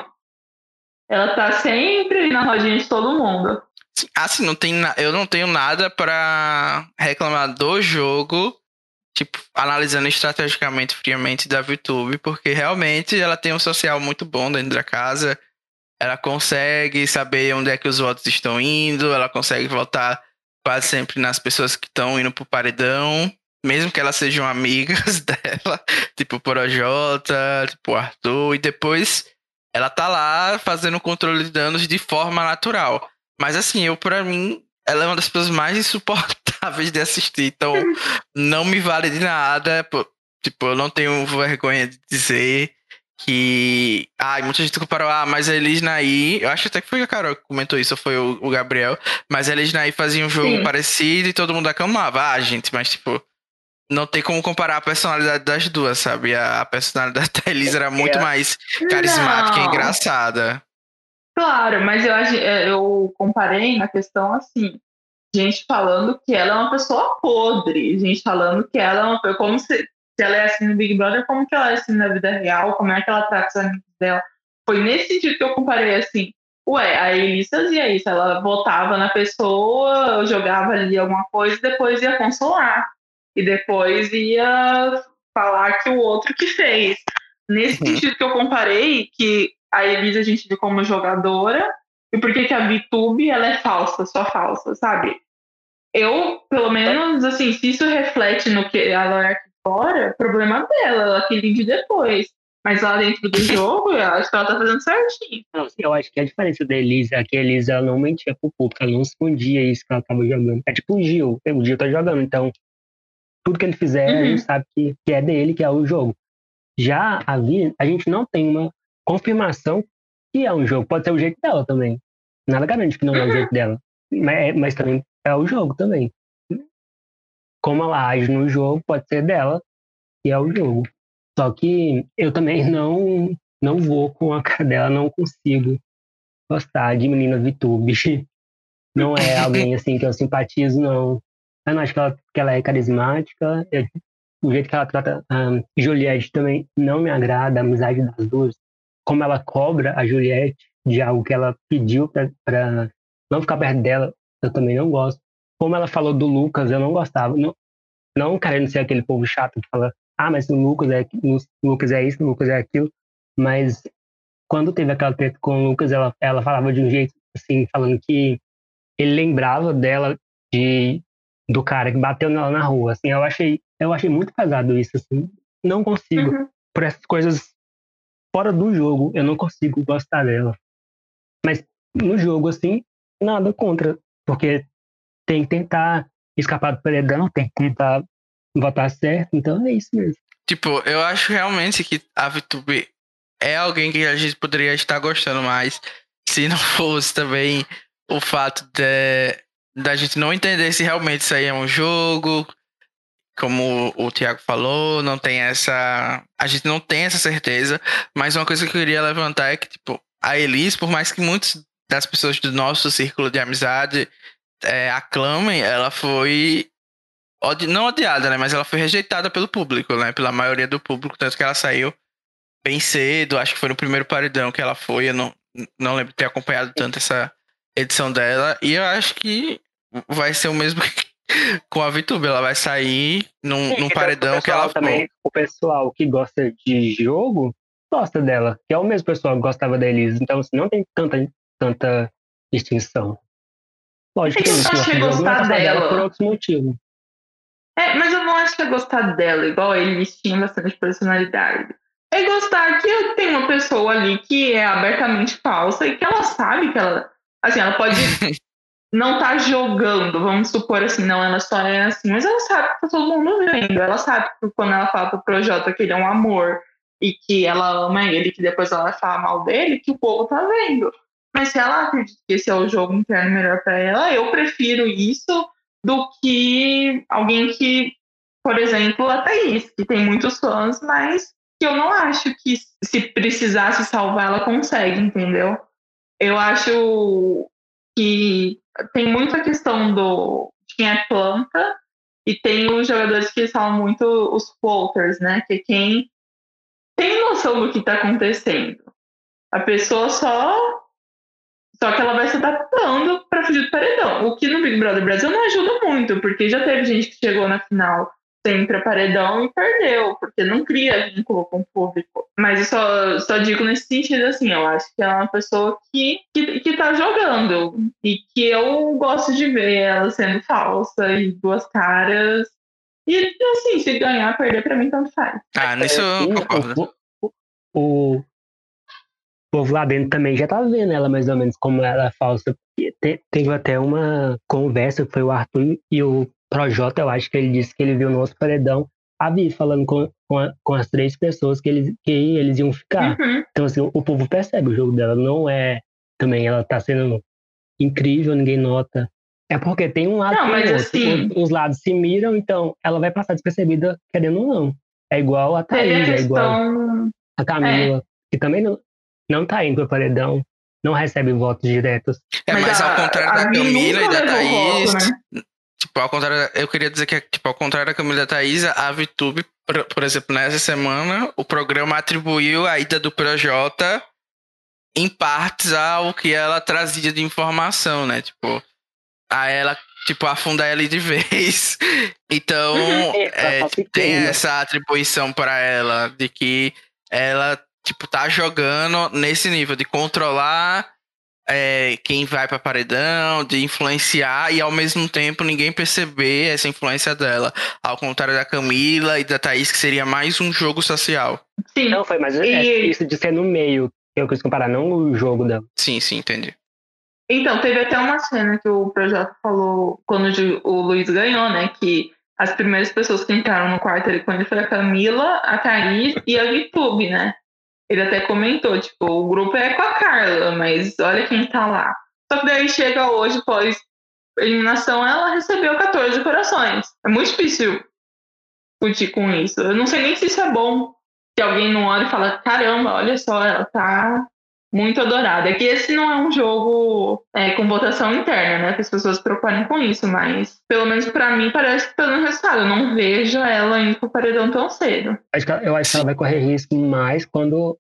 ela tá sempre na rodinha de todo mundo. Assim, não tem na... eu não tenho nada pra reclamar do jogo, tipo, analisando estrategicamente, friamente da VTube, porque realmente ela tem um social muito bom dentro da casa. Ela consegue saber onde é que os votos estão indo, ela consegue votar quase sempre nas pessoas que estão indo pro paredão, mesmo que elas sejam amigas dela, tipo o Projota, tipo o Arthur, e depois ela tá lá fazendo o controle de danos de forma natural. Mas assim, eu pra mim, ela é uma das pessoas mais insuportáveis de assistir, então não me vale de nada, pô, tipo, eu não tenho vergonha de dizer que... Ah, muita gente comparou, ah, mas a Elis Nair, eu acho até que foi a Carol que comentou isso, ou foi o, o Gabriel, mas a Elis Nair fazia um jogo Sim. parecido e todo mundo aclamava. Ah, gente, mas tipo, não tem como comparar a personalidade das duas, sabe? A, a personalidade da Elis era muito É. mais carismática e Não. engraçada. Claro, mas eu, agi- é, eu comparei na questão assim, gente falando que ela é uma pessoa podre, gente falando que ela é uma pessoa, como se, se ela é assim no Big Brother, como que ela é assim na vida real, como é que ela trata os amigos dela. Foi nesse sentido que eu comparei assim, ué, a Elis fazia isso, ela votava na pessoa, jogava ali alguma coisa, e depois ia consolar. E depois ia falar que o outro que fez. Nesse Uhum. sentido que eu comparei, que a Elisa a gente vê como jogadora, e por que que a VTube ela é falsa, só falsa, sabe? Eu, pelo menos, assim, se isso reflete no que ela é aqui fora, problema dela, ela que lide depois. Mas lá dentro do jogo, eu acho que ela tá fazendo certinho. Não, eu acho que a diferença da Elisa é que a Elisa ela não mentia pro público, ela não escondia isso que ela tava jogando. É tipo o Gil, o Gil tá jogando, então tudo que ele fizer a gente Uhum. sabe que, que é dele, que é o jogo. Já a Vi, a gente não tem uma confirmação que é um jogo. Pode ser o jeito dela também. Nada garante que não é o jeito dela. Mas, mas também é o jogo também. Como ela age no jogo, pode ser dela, que é o jogo. Só que eu também não, não vou com a cara dela, não consigo gostar de menina VTube. Não é alguém assim que eu simpatizo, não. Eu não acho que ela, que ela é carismática. Eu, o jeito que ela trata a um, Juliette também não me agrada, a amizade das duas. Como ela cobra a Juliette de algo que ela pediu pra, pra não ficar perto dela, eu também não gosto. Como ela falou do Lucas, eu não gostava. Não, não querendo ser aquele povo chato que fala, ah, mas o Lucas é, o Lucas é isso, o Lucas é aquilo. Mas quando teve aquela treta com o Lucas, ela, ela falava de um jeito assim, falando que ele lembrava dela de do cara que bateu nela na rua, assim, eu achei, eu achei muito pesado isso, assim, não consigo, Uhum. por essas coisas fora do jogo, eu não consigo gostar dela, mas no jogo, assim, nada contra, porque tem que tentar escapar do paredão, tem que tentar votar certo, então é isso mesmo. Tipo, eu acho realmente que a VTube é alguém que a gente poderia estar gostando mais se não fosse também o fato de da gente não entender se realmente isso aí é um jogo, como o Thiago falou, não tem essa, a gente não tem essa certeza, mas uma coisa que eu queria levantar é que, tipo, a Elis, por mais que muitas das pessoas do nosso círculo de amizade é, aclamem, ela foi odi- não odiada, né, mas ela foi rejeitada pelo público, né, pela maioria do público, tanto que ela saiu bem cedo, acho que foi no primeiro paredão que ela foi, eu não, não lembro de ter acompanhado tanto essa edição dela, e eu acho que vai ser o mesmo com a VTube, ela vai sair num, Sim, num então, o paredão que ela pessoal for. também, o pessoal que gosta de jogo, gosta dela, que é o mesmo pessoal que gostava da Elise, então assim, não tem tanta, tanta distinção. Lógico É que que tem eu gente não que acho que gosta é de jogo e vai gostar gostar dela por dela. outros motivos. É, mas eu não acho que é gostar dela, igual eles tinham bastante personalidade. É gostar que tem uma pessoa ali que é abertamente falsa e que ela sabe que ela. Assim, ela pode não estar jogando, vamos supor assim, não, ela só é assim, mas ela sabe que tá todo mundo vendo. Ela sabe que quando ela fala pro Projota que ele é um amor e que ela ama ele, que depois ela vai falar mal dele, que o povo tá vendo. Mas se ela acredita que esse é o jogo interno melhor pra ela, eu prefiro isso do que alguém que, por exemplo, a Thaís, que tem muitos fãs, mas que eu não acho que se precisasse salvar, ela consegue, entendeu? Eu acho que tem muito a questão do de quem é planta e tem os jogadores que são muito os floaters, né? Que é quem tem noção do que está acontecendo. A pessoa só só que ela vai se adaptando para fugir do paredão. O que no Big Brother Brasil não ajuda muito, porque já teve gente que chegou na final sem para paredão e perdeu, porque não cria vínculo com o público. Mas eu só, só digo nesse sentido, assim, eu acho que ela é uma pessoa que, que, que tá jogando e que eu gosto de ver ela sendo falsa e duas caras. E, assim, se ganhar, perder, pra mim, tanto faz. Ah, nisso eu E concordo. o, o, o povo lá dentro também já tá vendo ela mais ou menos como ela é falsa. Te, teve até uma conversa que foi o Arthur e o Projota, eu acho que ele disse que ele viu no nosso paredão a Vi falando com, com, a, com as três pessoas que eles, que eles iam ficar. Uhum. Então, assim, o, o povo percebe o jogo dela. Não é também ela tá sendo incrível, ninguém nota. É porque tem um lado Não, e mas outro. assim, Os, os lados se miram, então ela vai passar despercebida, querendo ou não. É igual a teve a Thaís, é igual questão. a É, Camila, que também não, não tá indo pro paredão, não recebe votos diretos. É, mas mas ao a, contrário da a Vi Camila e nunca da levou voto, Thaís, né? tipo, ao contrário, da- eu queria dizer que, tipo, ao contrário da Camila e da Thaís, a VTube, por, por exemplo, nessa semana, o programa atribuiu a ida do Projota em partes ao que ela trazia de informação, né? Tipo, a ela, tipo, afundar ela de vez. Uhum. Então, É, ela é, tá tipo, tem pequena. essa atribuição pra ela de que ela, tipo, tá jogando nesse nível de controlar é, quem vai pra paredão, de influenciar e ao mesmo tempo ninguém perceber essa influência dela. Ao contrário da Camila e da Thaís, que seria mais um jogo social. Sim. Não foi, mas é E isso de ser no meio, que eu quis comparar, não o jogo dela. Sim, sim, entendi. então, teve até uma cena que o Projota falou quando o Luiz ganhou, né? Que as primeiras pessoas que entraram no quarto ali com ele foi a Camila, a Thaís e a VTube, né? Ele até comentou, tipo, o grupo é com a Carla, mas olha quem tá lá. Só que daí chega hoje, pós eliminação, ela recebeu catorze corações. É muito difícil discutir com isso. Eu não sei nem se isso é bom. Se alguém não olha e fala, caramba, olha só, ela tá muito adorada. É que esse não é um jogo é, com votação interna, né? Que as pessoas se preocuparem com isso, mas pelo menos pra mim parece que tá dando resultado. Eu não vejo ela indo pro paredão tão cedo. Acho que ela- eu acho que ela vai correr risco mais quando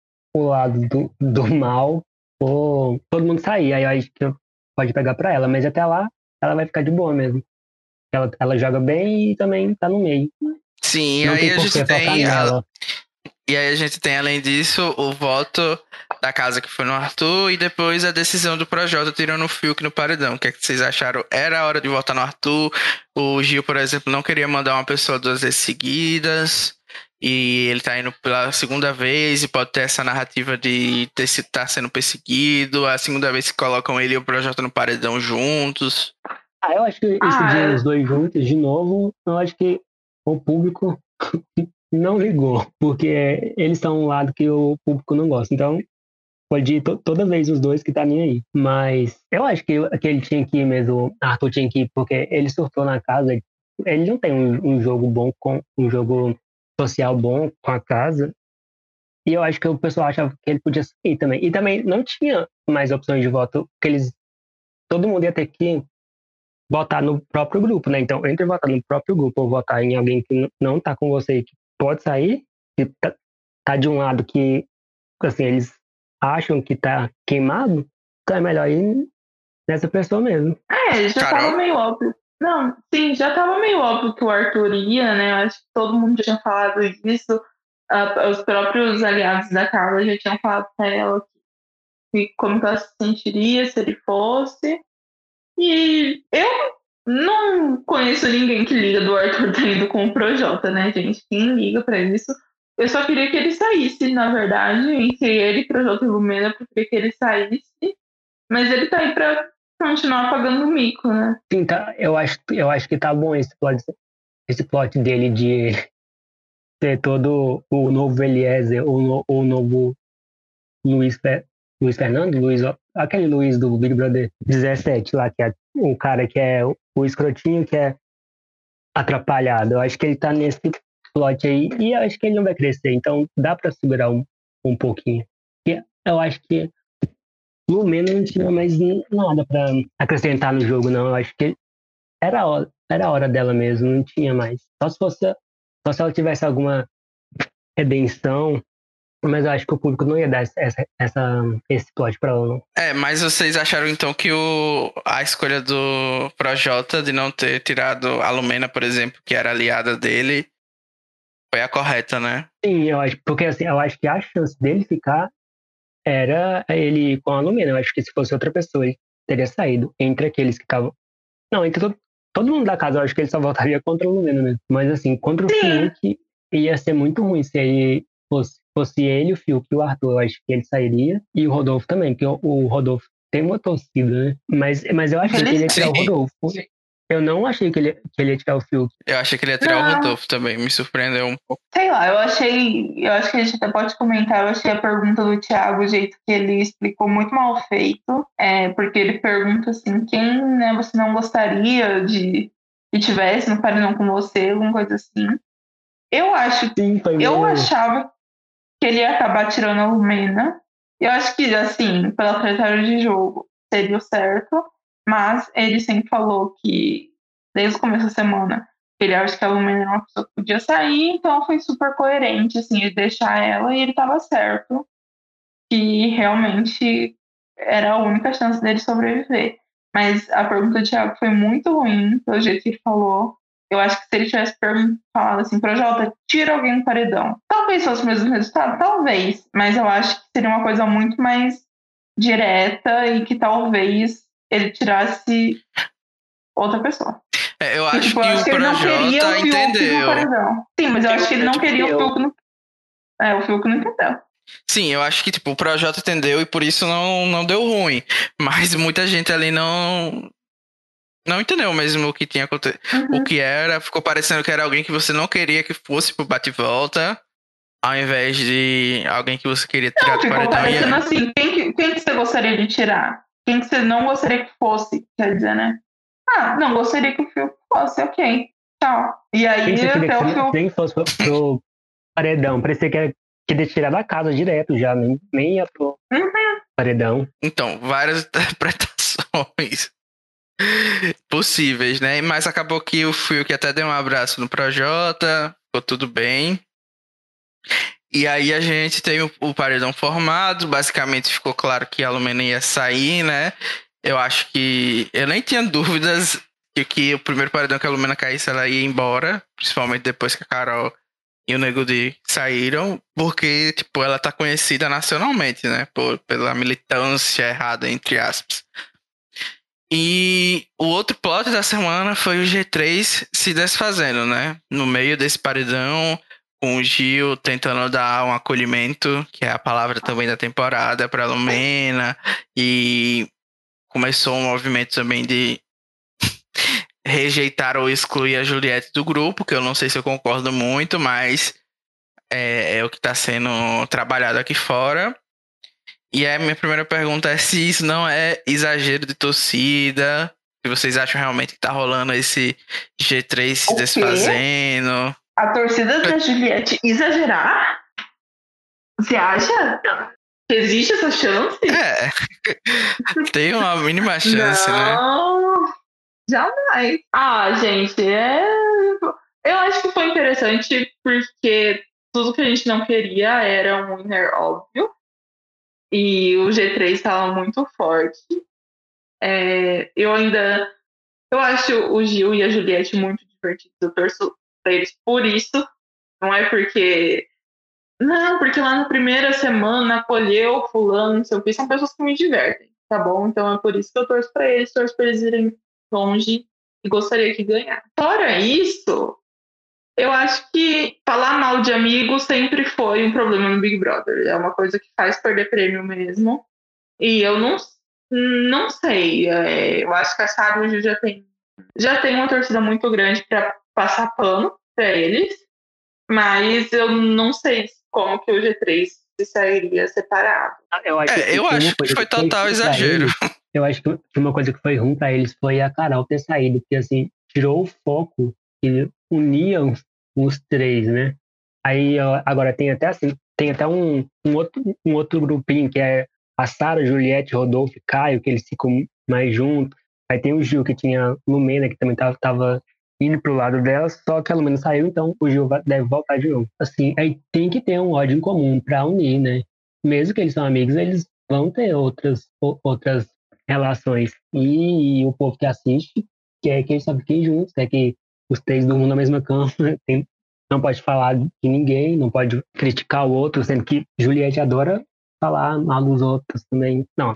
o lado do, do mal for todo mundo sair. Aí eu acho que pode pegar pra ela, mas até lá ela vai ficar de boa mesmo. Ela, ela joga bem e também tá no meio. Sim, e Não aí tem a por gente que focar tem. a- nela. E aí a gente tem, além disso, o voto da casa que foi no Arthur e depois a decisão do Projota tirando o Fiuk no paredão. O que é que vocês acharam? Era a hora de votar no Arthur? O Gil, por exemplo, não queria mandar uma pessoa duas vezes seguidas. E ele tá indo pela segunda vez e pode ter essa narrativa de ter se tá sendo perseguido. A segunda vez que colocam ele e o Projota no paredão juntos. Ah, eu acho que isso Ah, de é. os dois juntos, de novo, eu acho que o público não ligou, porque eles são um lado que o público não gosta. Então, pode ir to- toda vez os dois que tá nem aí. Mas eu acho que, que ele tinha que ir mesmo, Arthur tinha que ir, porque ele surtou na casa. Ele, ele não tem um, um jogo bom, com um jogo social bom com a casa. E eu acho que o pessoal achava que ele podia sair também. E também não tinha mais opções de voto, porque eles, todo mundo ia ter que votar no próprio grupo, né? Então, entre votar no próprio grupo ou votar em alguém que n- não tá com você e que pode sair, que tá, tá de um lado que, assim, eles acham que tá queimado, então é melhor ir nessa pessoa mesmo. É, já Carol? tava meio óbvio. Não, sim, já tava meio óbvio que o Arthur ia, né? Acho que todo mundo já tinha falado disso. Ah, os próprios aliados da Carla já tinham falado pra ela que como que ela se sentiria se ele fosse. E eu não conheço ninguém que liga do Arthur tá indo com o Projota, né, gente? Quem liga pra isso? Eu só queria que ele saísse, na verdade, entre ele, Projota e Lumena, eu queria que ele saísse. Mas ele tá aí pra continuar pagando o mico, né? Sim, tá, eu acho, eu acho que tá bom esse plot, esse plot dele de ser todo o novo Eliezer ou no- o novo Luiz, Fe- Luiz Fernando, Luiz, aquele Luiz do Big Brother dezessete lá, que é o cara que é o, o escrotinho que é atrapalhado. Eu acho que ele tá nesse plot aí e eu acho que ele não vai crescer, então dá pra segurar um, um pouquinho. E eu acho que Lumena não tinha mais n- nada pra acrescentar no jogo, não. Eu acho que era a hora, era a hora dela mesmo, não tinha mais. Só se fosse, só se ela tivesse alguma redenção, mas eu acho que o público não ia dar essa, essa, essa- esse plot pra ela, não. É, mas vocês acharam então que o, a escolha do Projota de não ter tirado a Lumena, por exemplo, que era aliada dele, foi a correta, né? Sim, eu acho, porque assim, eu acho que a chance dele ficar era ele com a Lumena. Eu acho que se fosse outra pessoa, ele teria saído entre aqueles que estavam. Não, entre todo, todo mundo da casa, eu acho que ele só votaria contra o Lumena mesmo. Mas assim, contra o Fiuk, ia ser muito ruim se ele fosse, fosse ele, o Fiuk e o Arthur. Eu acho que ele sairia. E o Rodolfo também, porque o, o Rodolfo tem uma torcida, né? Mas, mas eu achei que ele ia tirar o Sim. Rodolfo. Eu não achei que ele, que ele ia tirar o Fiuk. Eu achei que ele ia tirar o Não. Rodolfo também, me surpreendeu um pouco. Sei lá, eu achei. Eu acho que a gente até pode comentar. Eu achei a pergunta do Thiago, o jeito que ele explicou, muito mal feito. É, porque ele pergunta assim: quem né, você não gostaria de que tivesse no paredão com você, alguma coisa assim. Eu acho. Sim, foi Eu meio... achava que ele ia acabar tirando a Lumena. Eu acho que, assim, pela trajetória de jogo, seria o certo. Mas ele sempre falou que, desde o começo da semana, ele acha que a Lumena era uma pessoa que podia sair, então foi super coerente, assim, ele deixar ela e ele estava certo que realmente era a única chance dele sobreviver. Mas a pergunta do Thiago foi muito ruim, pelo jeito que ele falou. Eu acho que se ele tivesse pergun- falado assim, Projota, tira alguém do paredão. Talvez fosse o mesmo resultado, talvez. Mas eu acho que seria uma coisa muito mais direta e que talvez ele tirasse outra pessoa. É, eu E, acho tipo, eu que acho o que ele não queria o Projota Fiuk no entendeu. paredão. Sim, mas eu acho que ele não queria o Fiuk no... É, o Fiuk não entendeu. Sim, eu acho que tipo, o Projota entendeu e por isso não, não deu ruim. Mas muita gente ali não não entendeu mesmo o que tinha acontecido. Uhum. O que era, ficou parecendo que era alguém que você não queria que fosse pro bate-volta, ao invés de alguém que você queria tirar Não, do ficou paredão. E parecendo é... assim, quem que, quem que você gostaria de tirar? Quem que você não gostaria que fosse, quer dizer, né? Ah, não gostaria que o Fiuk fosse, ok. Tchau. E Quem aí você queria até que o você Fiuk. nem fosse pro, pro paredão? Parecia que era, queria tirar da casa direto já, nem, nem ia pro Uhum. paredão. Então, várias interpretações possíveis, né? Mas acabou que o Fiuk até deu um abraço no Projota, ficou tudo bem. E aí a gente tem o, o paredão formado, basicamente ficou claro que a Lumena ia sair, né? Eu acho que... Eu nem tinha dúvidas de que o primeiro paredão que a Lumena caísse, ela ia embora, principalmente depois que a Carol e o Nego Di saíram, porque, tipo, ela tá conhecida nacionalmente, né? Por, pela militância errada, entre aspas. E o outro plot da semana foi o G três se desfazendo, né? No meio desse paredão, com o Gil tentando dar um acolhimento, que é a palavra também da temporada, pra Lumena. E começou um movimento também de rejeitar ou excluir a Juliette do grupo, que eu não sei se eu concordo muito, mas é, é o que está sendo trabalhado aqui fora. E a minha primeira pergunta é se isso não é exagero de torcida, se vocês acham realmente que tá rolando esse G três se O quê? desfazendo. A torcida da Juliette exagerar? Você acha? Que existe essa chance? É, tem uma mínima chance, né? Não, jamais. Ah, gente, é. Eu acho que foi interessante porque tudo que a gente não queria era um winner óbvio. E o G três estava muito forte. É, eu ainda. Eu acho o Gil e a Juliette muito divertidos. Eu torço pra eles por isso. Não é porque. Não, porque lá na primeira semana acolheu fulano, não sei o que. São pessoas que me divertem, tá bom? Então é por isso que eu torço pra eles. Torço pra eles irem longe e gostaria que ganhasse. Fora isso, eu acho que falar mal de amigo sempre foi um problema no Big Brother. É uma coisa que faz perder prêmio mesmo. E eu não, não sei. É, eu acho que a Sara hoje já tem, já tem uma torcida muito grande para passar pano para eles. Mas eu não sei como que o G três se sairia separado. Eu acho É, que eu uma acho que coisa foi que foi total ruim pra exagero. eles, eu acho que uma coisa que foi ruim pra eles foi a Carol ter saído, porque assim, tirou o foco que unia os, os três, né? Aí ó, agora tem até assim, tem até um, um, outro, um outro grupinho que é a Sara, Juliette, Rodolfo e Caio, que eles ficam mais juntos. Aí tem o Gil, que tinha Lumena, que também tava, tava indo pro lado dela, só que a Lumena saiu, então o Gil vai- deve voltar de novo. Assim, aí tem que ter um ódio em comum pra unir, né? Mesmo que eles são amigos, eles vão ter outras, o- outras relações. E, o povo que assiste quer que eles só fiquem juntos, quer que os três durmam na mesma cama, tem- não pode falar de ninguém, não pode criticar o outro, sendo que Juliette adora falar mal dos outros também. Não,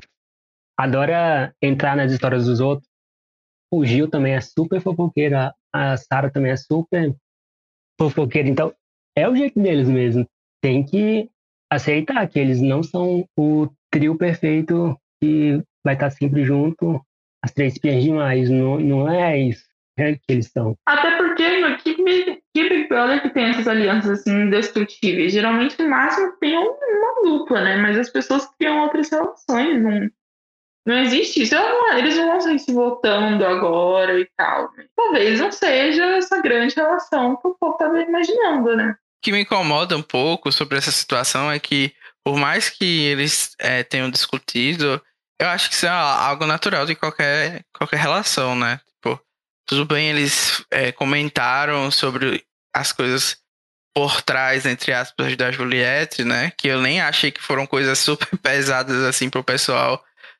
adora entrar nas histórias dos outros. O Gil também é super fofoqueiro, a, a Sarah também é super fofoqueira. Então, é o jeito deles mesmo. Tem que aceitar que eles não são o trio perfeito que vai estar sempre junto, as três espiãs demais. Não, não é isso, é que eles são. Até porque no que, Big- que Big Brother que tem essas alianças assim indestrutíveis? Geralmente no máximo tem um- uma dupla, né? Mas as pessoas criam outras relações. Não, não existe isso. Eu não- Eles não vão sair se voltando agora e tal. Talvez não seja essa grande relação que o povo estava imaginando, né? O que me incomoda um pouco sobre essa situação é que, por mais que eles é, tenham discutido, eu acho que isso é algo natural de qualquer, qualquer relação, né? Tipo, tudo bem, eles é, comentaram sobre as coisas por trás, entre aspas, da Juliette, né? Que eu nem achei que foram coisas super pesadas assim pro pessoal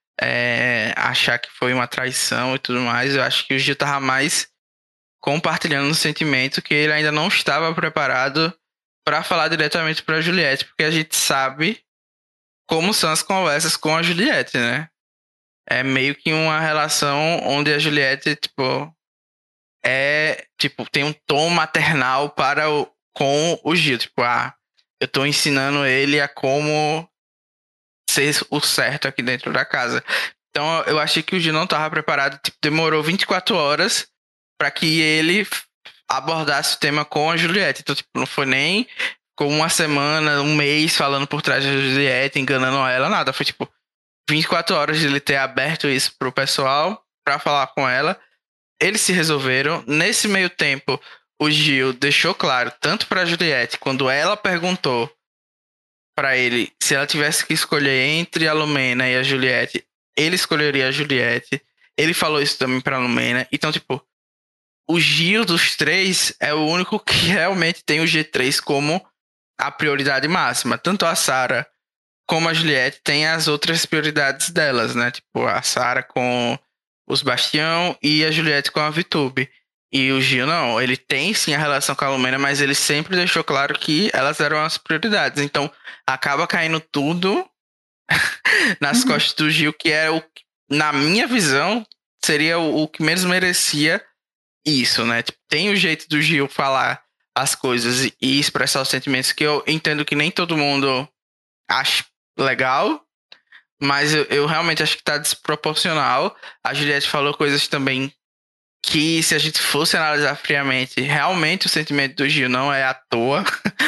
é, achar que foi uma traição e tudo mais. Eu acho que o Gil tava mais compartilhando um sentimento que ele ainda não estava preparado para falar diretamente para Juliette, porque a gente sabe como são as conversas com a Juliette, né? É meio que uma relação onde a Juliette, tipo, é, tipo, tem um tom maternal para o, com o Gil, tipo, ah, eu tô ensinando ele a como ser o certo aqui dentro da casa. Então eu achei que o Gil não tava preparado. Tipo, demorou vinte e quatro horas pra que ele abordasse o tema com a Juliette. Então, tipo, não foi nem com uma semana, um mês falando por trás da Juliette, enganando ela, nada. Foi tipo vinte e quatro horas de ele ter aberto isso pro pessoal pra falar com ela. Eles se resolveram. Nesse meio tempo, o Gil deixou claro, tanto pra Juliette, quando ela perguntou pra ele se ela tivesse que escolher entre a Lumena e a Juliette, ele escolheria a Juliette. Ele falou isso também pra Lumena. Então, tipo, o Gil dos três é o único que realmente tem o G três como a prioridade máxima. Tanto a Sarah como a Juliette tem as outras prioridades delas, né? Tipo, a Sarah com os Bastião e a Juliette com a VTube. E o Gil não, ele tem sim a relação com a Lumena, mas ele sempre deixou claro que elas eram as prioridades. Então, acaba caindo tudo nas Uhum. costas do Gil, que é o, na minha visão, seria o, o que menos merecia isso, né? Tipo, tem o jeito do Gil falar as coisas e, e expressar os sentimentos que eu entendo que nem todo mundo acha legal, mas eu, eu realmente acho que tá desproporcional. A Juliette falou coisas também que, se a gente fosse analisar friamente, realmente o sentimento do Gil não é à toa.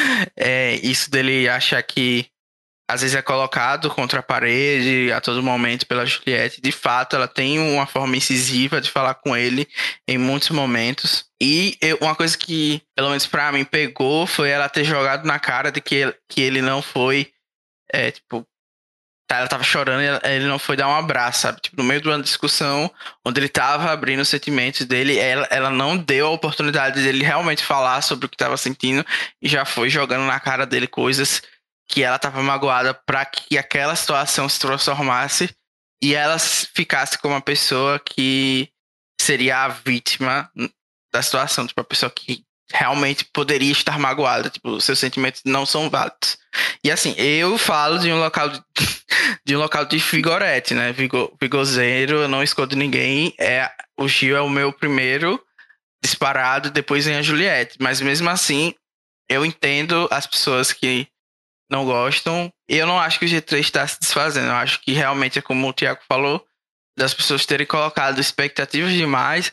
É isso dele achar que às vezes é colocado contra a parede a todo momento pela Juliette. De fato, ela tem uma forma incisiva de falar com ele em muitos momentos. E eu, uma coisa que, pelo menos pra mim, pegou foi ela ter jogado na cara de que ele, que ele não foi, é, tipo, tá, ela tava chorando e ele não foi dar um abraço, sabe? Tipo, no meio de uma discussão onde ele tava abrindo os sentimentos dele, ela, ela não deu a oportunidade dele realmente falar sobre o que tava sentindo e já foi jogando na cara dele coisas que ela tava magoada pra que aquela situação se transformasse e ela ficasse como uma pessoa que seria a vítima da situação, tipo, a pessoa que realmente poderia estar magoada, tipo, seus sentimentos não são válidos. E assim, eu falo de um local de, de um local de vigorete, né? Vigor, vigozeiro, eu não escondo ninguém. É, o Gil é o meu primeiro disparado, depois vem a Juliette. Mas mesmo assim, eu entendo as pessoas que não gostam. E eu não acho que o G três está se desfazendo. Eu acho que realmente é como o Thiago falou, das pessoas terem colocado expectativas demais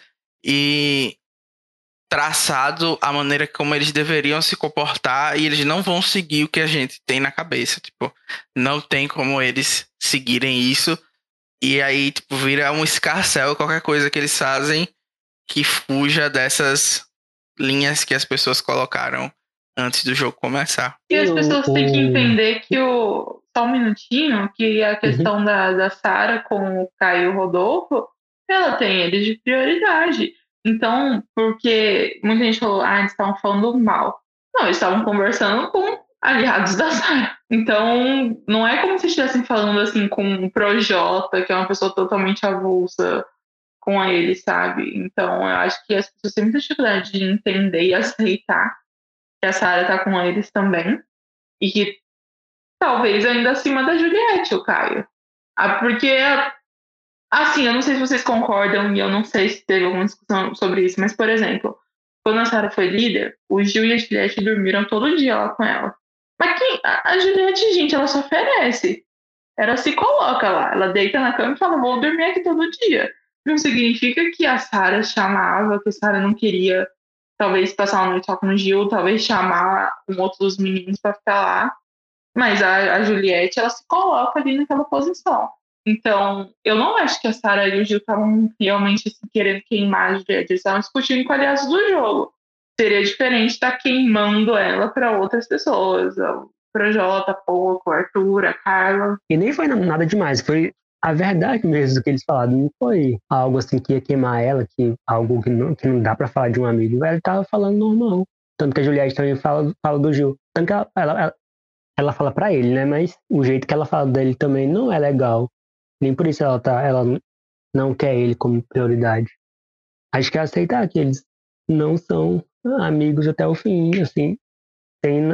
e traçado a maneira como eles deveriam se comportar e eles não vão seguir o que a gente tem na cabeça. Tipo, não tem como eles seguirem isso. E aí, tipo, vira um escarcéu qualquer coisa que eles fazem que fuja dessas linhas que as pessoas colocaram antes do jogo começar. E as pessoas têm que O- entender que o. Só um minutinho, que a Uhum. questão da, da Sarah com o Caio Rodolfo, ela tem eles de prioridade. Então, porque muita gente falou, ah, eles estavam falando mal. Não, eles estavam conversando com aliados da Sarah. Então, não é como se estivessem falando assim com o Projota, que é uma pessoa totalmente avulsa com ele, sabe? Então, eu acho que as pessoas têm muita dificuldade de entender e aceitar que a Sarah tá com eles também. E que talvez ainda acima da Juliette, o Caio. Ah, porque, assim, eu não sei se vocês concordam e eu não sei se teve alguma discussão sobre isso, mas, por exemplo, quando a Sarah foi líder, o Gil e a Juliette dormiram todo dia lá com ela. Mas quem, a, a Juliette, gente, ela se oferece. Ela se coloca lá. Ela deita na cama e fala, vou dormir aqui todo dia. Não significa que a Sarah chamava, que a Sarah não queria, talvez, passar uma noite só com o Gil, talvez chamar um outro dos meninos para ficar lá. Mas a, a Juliette, ela se coloca ali naquela posição. Então, eu não acho que a Sarah e o Gil estavam realmente assim, querendo queimar a Juliette. Eles estavam discutindo com aliados do jogo. Seria diferente estar queimando ela para outras pessoas. O Projota, Pouco, o Arthur, a Carla. E nem foi nada demais, foi a verdade mesmo do que eles falaram. Não foi algo assim que ia queimar ela, que algo que não, que não dá pra falar de um amigo. Ela tava falando normal. Tanto que a Juliette também fala, fala do Gil. Tanto que ela, ela, ela, ela fala pra ele, né? Mas o jeito que ela fala dele também não é legal. Nem por isso ela, tá, ela não quer ele como prioridade. Acho que é aceitar que eles não são amigos até o fim, assim, sem,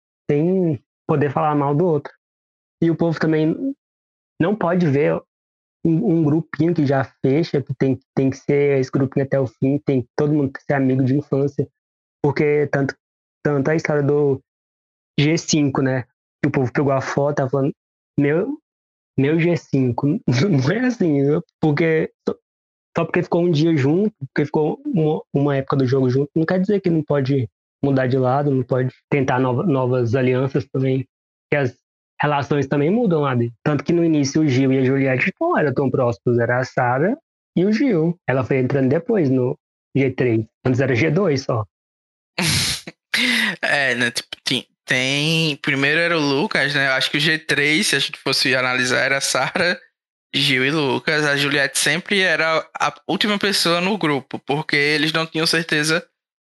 sem poder falar mal do outro. E o povo também não pode ver um, um grupinho que já fecha, que tem, tem que ser esse grupinho até o fim, tem todo mundo que ser amigo de infância, porque tanto, tanto a história do G cinco, né, que o povo pegou a foto, tá falando, meu, meu G cinco. Não é assim, viu? Porque só porque ficou um dia junto, porque ficou uma, uma época do jogo junto, não quer dizer que não pode mudar de lado, não pode tentar nova, novas alianças também. Que as relações também mudam lá dentro. Tanto que no início o Gil e a Juliette não eram tão próximos, era a Sarah e o Gil. Ela foi entrando depois no G três. Antes era G dois só. É, né? Tipo, tem, tem. Primeiro era o Lucas, né? Eu acho que o G três, se a gente fosse analisar, era a Sarah, Gil e Lucas. A Juliette sempre era a última pessoa no grupo, porque eles não tinham certeza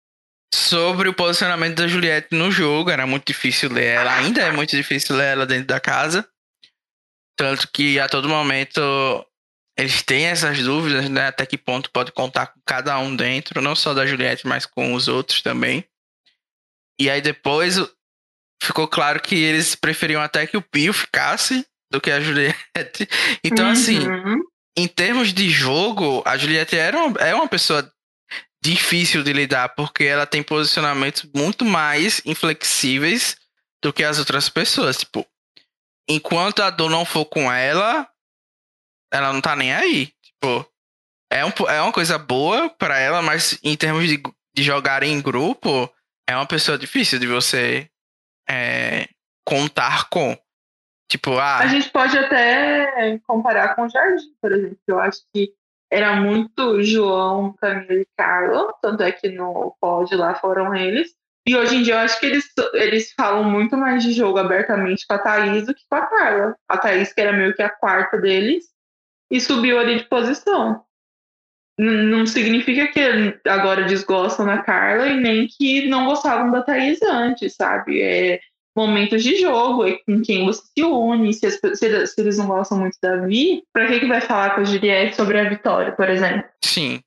sobre o posicionamento da Juliette no jogo. Era muito difícil ler ela. Ainda é muito difícil ler ela dentro da casa. Tanto que a todo momento eles têm essas dúvidas, né? Até que ponto pode contar com cada um dentro, não só da Juliette, mas com os outros também. E aí depois ficou claro que eles preferiam até que o Pio ficasse do que a Juliette. Então, Uhum. assim, em termos de jogo, a Juliette era uma, é uma pessoa difícil de lidar, porque ela tem posicionamentos muito mais inflexíveis do que as outras pessoas. Tipo, enquanto a dor não for com ela, ela não tá nem aí. Tipo, é, um, é uma coisa boa pra ela, mas em termos de, de jogar em grupo, é uma pessoa difícil de você é, contar com. Tipo, ah... A gente pode até comparar com o Jardim, por exemplo. Eu acho que era muito João, Camila e Carla. Tanto é que no pódio lá foram eles. E hoje em dia eu acho que eles, eles falam muito mais de jogo abertamente com a Thaís do que com a Carla. A Thaís, que era meio que a quarta deles, e subiu ali de posição. N- não significa que agora desgostam da Carla e nem que não gostavam da Thaís antes, sabe? É momentos de jogo, é com quem você se une. Se, as, se, se eles não gostam muito da Vi, pra que, que vai falar com a Juliette sobre a Vitória, por exemplo? Sim.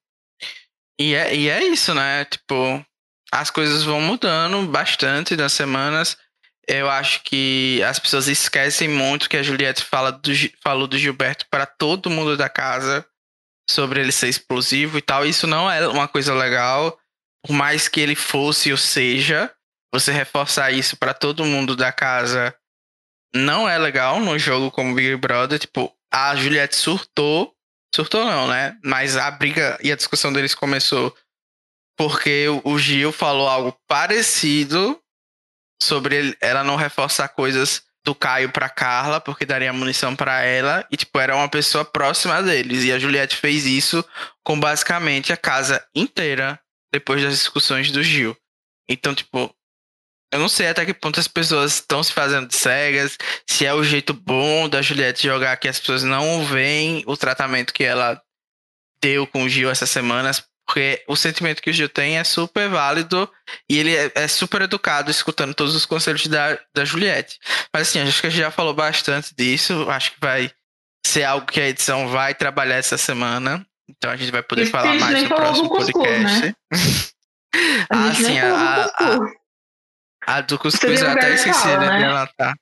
E é, e é isso, né? Tipo, as coisas vão mudando bastante nas semanas. Eu acho que as pessoas esquecem muito que a Juliette fala do, falou do Gilberto para todo mundo da casa sobre ele ser explosivo e tal. Isso não é uma coisa legal. Por mais que ele fosse ou seja, você reforçar isso para todo mundo da casa não é legal no jogo como Big Brother. Tipo, a Juliette surtou. Surtou não, né? Mas a briga e a discussão deles começou porque o Gil falou algo parecido sobre ele, ela não reforçar coisas do Caio pra Carla, porque daria munição pra ela. E, tipo, era uma pessoa próxima deles. E a Juliette fez isso com basicamente a casa inteira depois das discussões do Gil. Então, tipo, eu não sei até que ponto as pessoas estão se fazendo de cegas, se é o jeito bom da Juliette jogar que as pessoas não veem o tratamento que ela deu com o Gil essas semanas, porque o sentimento que o Gil tem é super válido e ele é, é super educado escutando todos os conselhos da, da Juliette. Mas assim, acho que a gente já falou bastante disso, acho que vai ser algo que a edição vai trabalhar essa semana, então a gente vai poder Isso que a falar gente mais nem no falou próximo do cuscuz, podcast. né? A Ah, gente sim, nem a, falou do a, a, cuscuz. a do Você cuscuz tem eu lugar até de esqueci fala, de, de né? anotar.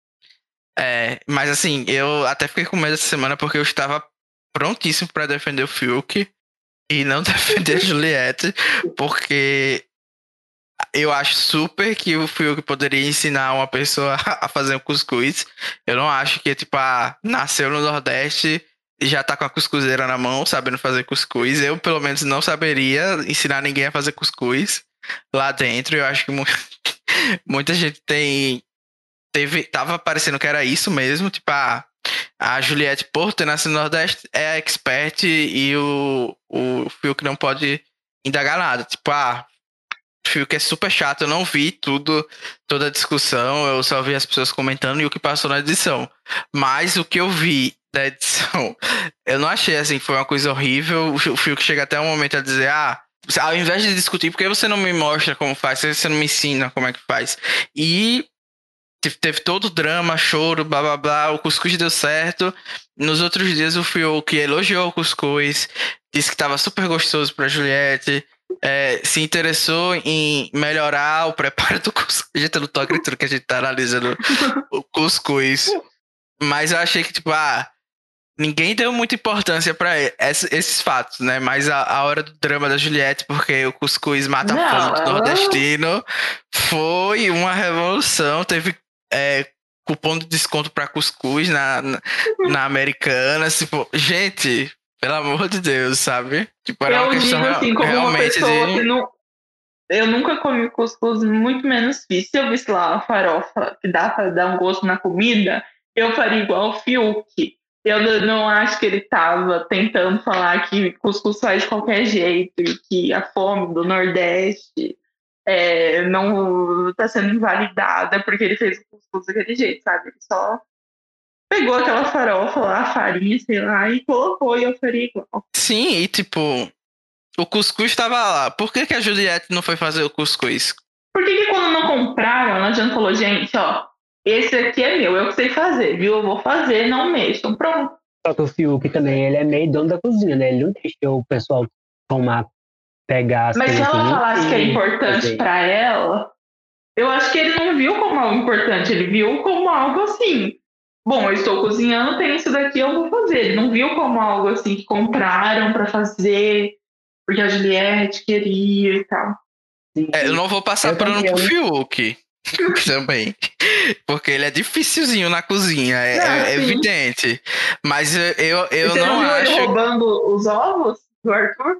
É, mas assim, eu até fiquei com medo essa semana porque eu estava prontíssimo para defender o Fiuk e não defender a Juliette, porque eu acho super que o Fiuk poderia ensinar uma pessoa a fazer um cuscuz. Eu não acho que, tipo, ah, nasceu no Nordeste e já tá com a cuscuzeira na mão, sabendo fazer cuscuz. Eu, pelo menos, não saberia ensinar ninguém a fazer cuscuz lá dentro. Eu acho que mu- muita gente tem. Teve, tava parecendo que era isso mesmo, tipo, ah, a Juliette, por ter nascido no Nordeste, é a expert e o, o Fiuk não pode indagar nada. Tipo, ah, o Fiuk é super chato, eu não vi tudo, toda a discussão, eu só vi as pessoas comentando e o que passou na edição. Mas o que eu vi da edição, eu não achei assim, que foi uma coisa horrível. O Fiuk chega até um momento a dizer, ah, ao invés de discutir, por que você não me mostra como faz? Por que você não me ensina como é que faz? E teve todo o drama, choro, blá blá blá. O cuscuz deu certo. Nos outros dias o Fiuk elogiou o cuscuz, disse que estava super gostoso pra Juliette, é, se interessou em melhorar o preparo do cuscuz. Gente, eu não tô acreditando que a gente tá analisando o cuscuz. Mas eu achei que, tipo, ah, ninguém deu muita importância pra esses, esses fatos, né? Mas a, a hora do drama da Juliette, porque o cuscuz mata a fome Não, do ela. nordestino, foi uma revolução. Teve é, cupom de desconto pra cuscuz na, na, na Americana. Tipo, gente, pelo amor de Deus, sabe? Tipo, era eu uma questão digo assim, como uma realmente pessoa de... que não. Eu nunca comi cuscuz, muito menos fiz. Se eu visse lá a farofa que dá pra dar um gosto na comida, eu faria igual o Fiuk. Eu não acho que ele tava tentando falar que cuscuz faz de qualquer jeito e que a fome do Nordeste é, não tá sendo invalidada porque ele fez o cuscuz daquele jeito, sabe? Ele só pegou aquela farofa lá, a farinha, sei lá, e colocou e eu faria igual. Sim, e tipo, o cuscuz tava lá. Por que, que a Juliette não foi fazer o cuscuz? Por que, que quando não compraram, ela já falou, gente, ó, esse aqui é meu, eu que sei fazer, viu? Eu vou fazer, não mexam. Pronto. Só que o Fiuk também, ele é meio dono da cozinha, né? Ele não deixou o pessoal tomar, pegar as Mas se coisas ela assim, falasse que é e importante fazer. pra ela, eu acho que ele não viu como algo importante, ele viu como algo assim. Bom, eu estou cozinhando, tem isso daqui, eu vou fazer. Ele não viu como algo assim que compraram pra fazer, porque a Juliette queria e tal. É, eu não vou passar Eu pano também, pro eu- Fiuk. Também. Porque ele é dificilzinho na cozinha, é, Ah, é sim. evidente. Mas eu, eu, E eu você não não viu acho. ele roubando os ovos do Arthur?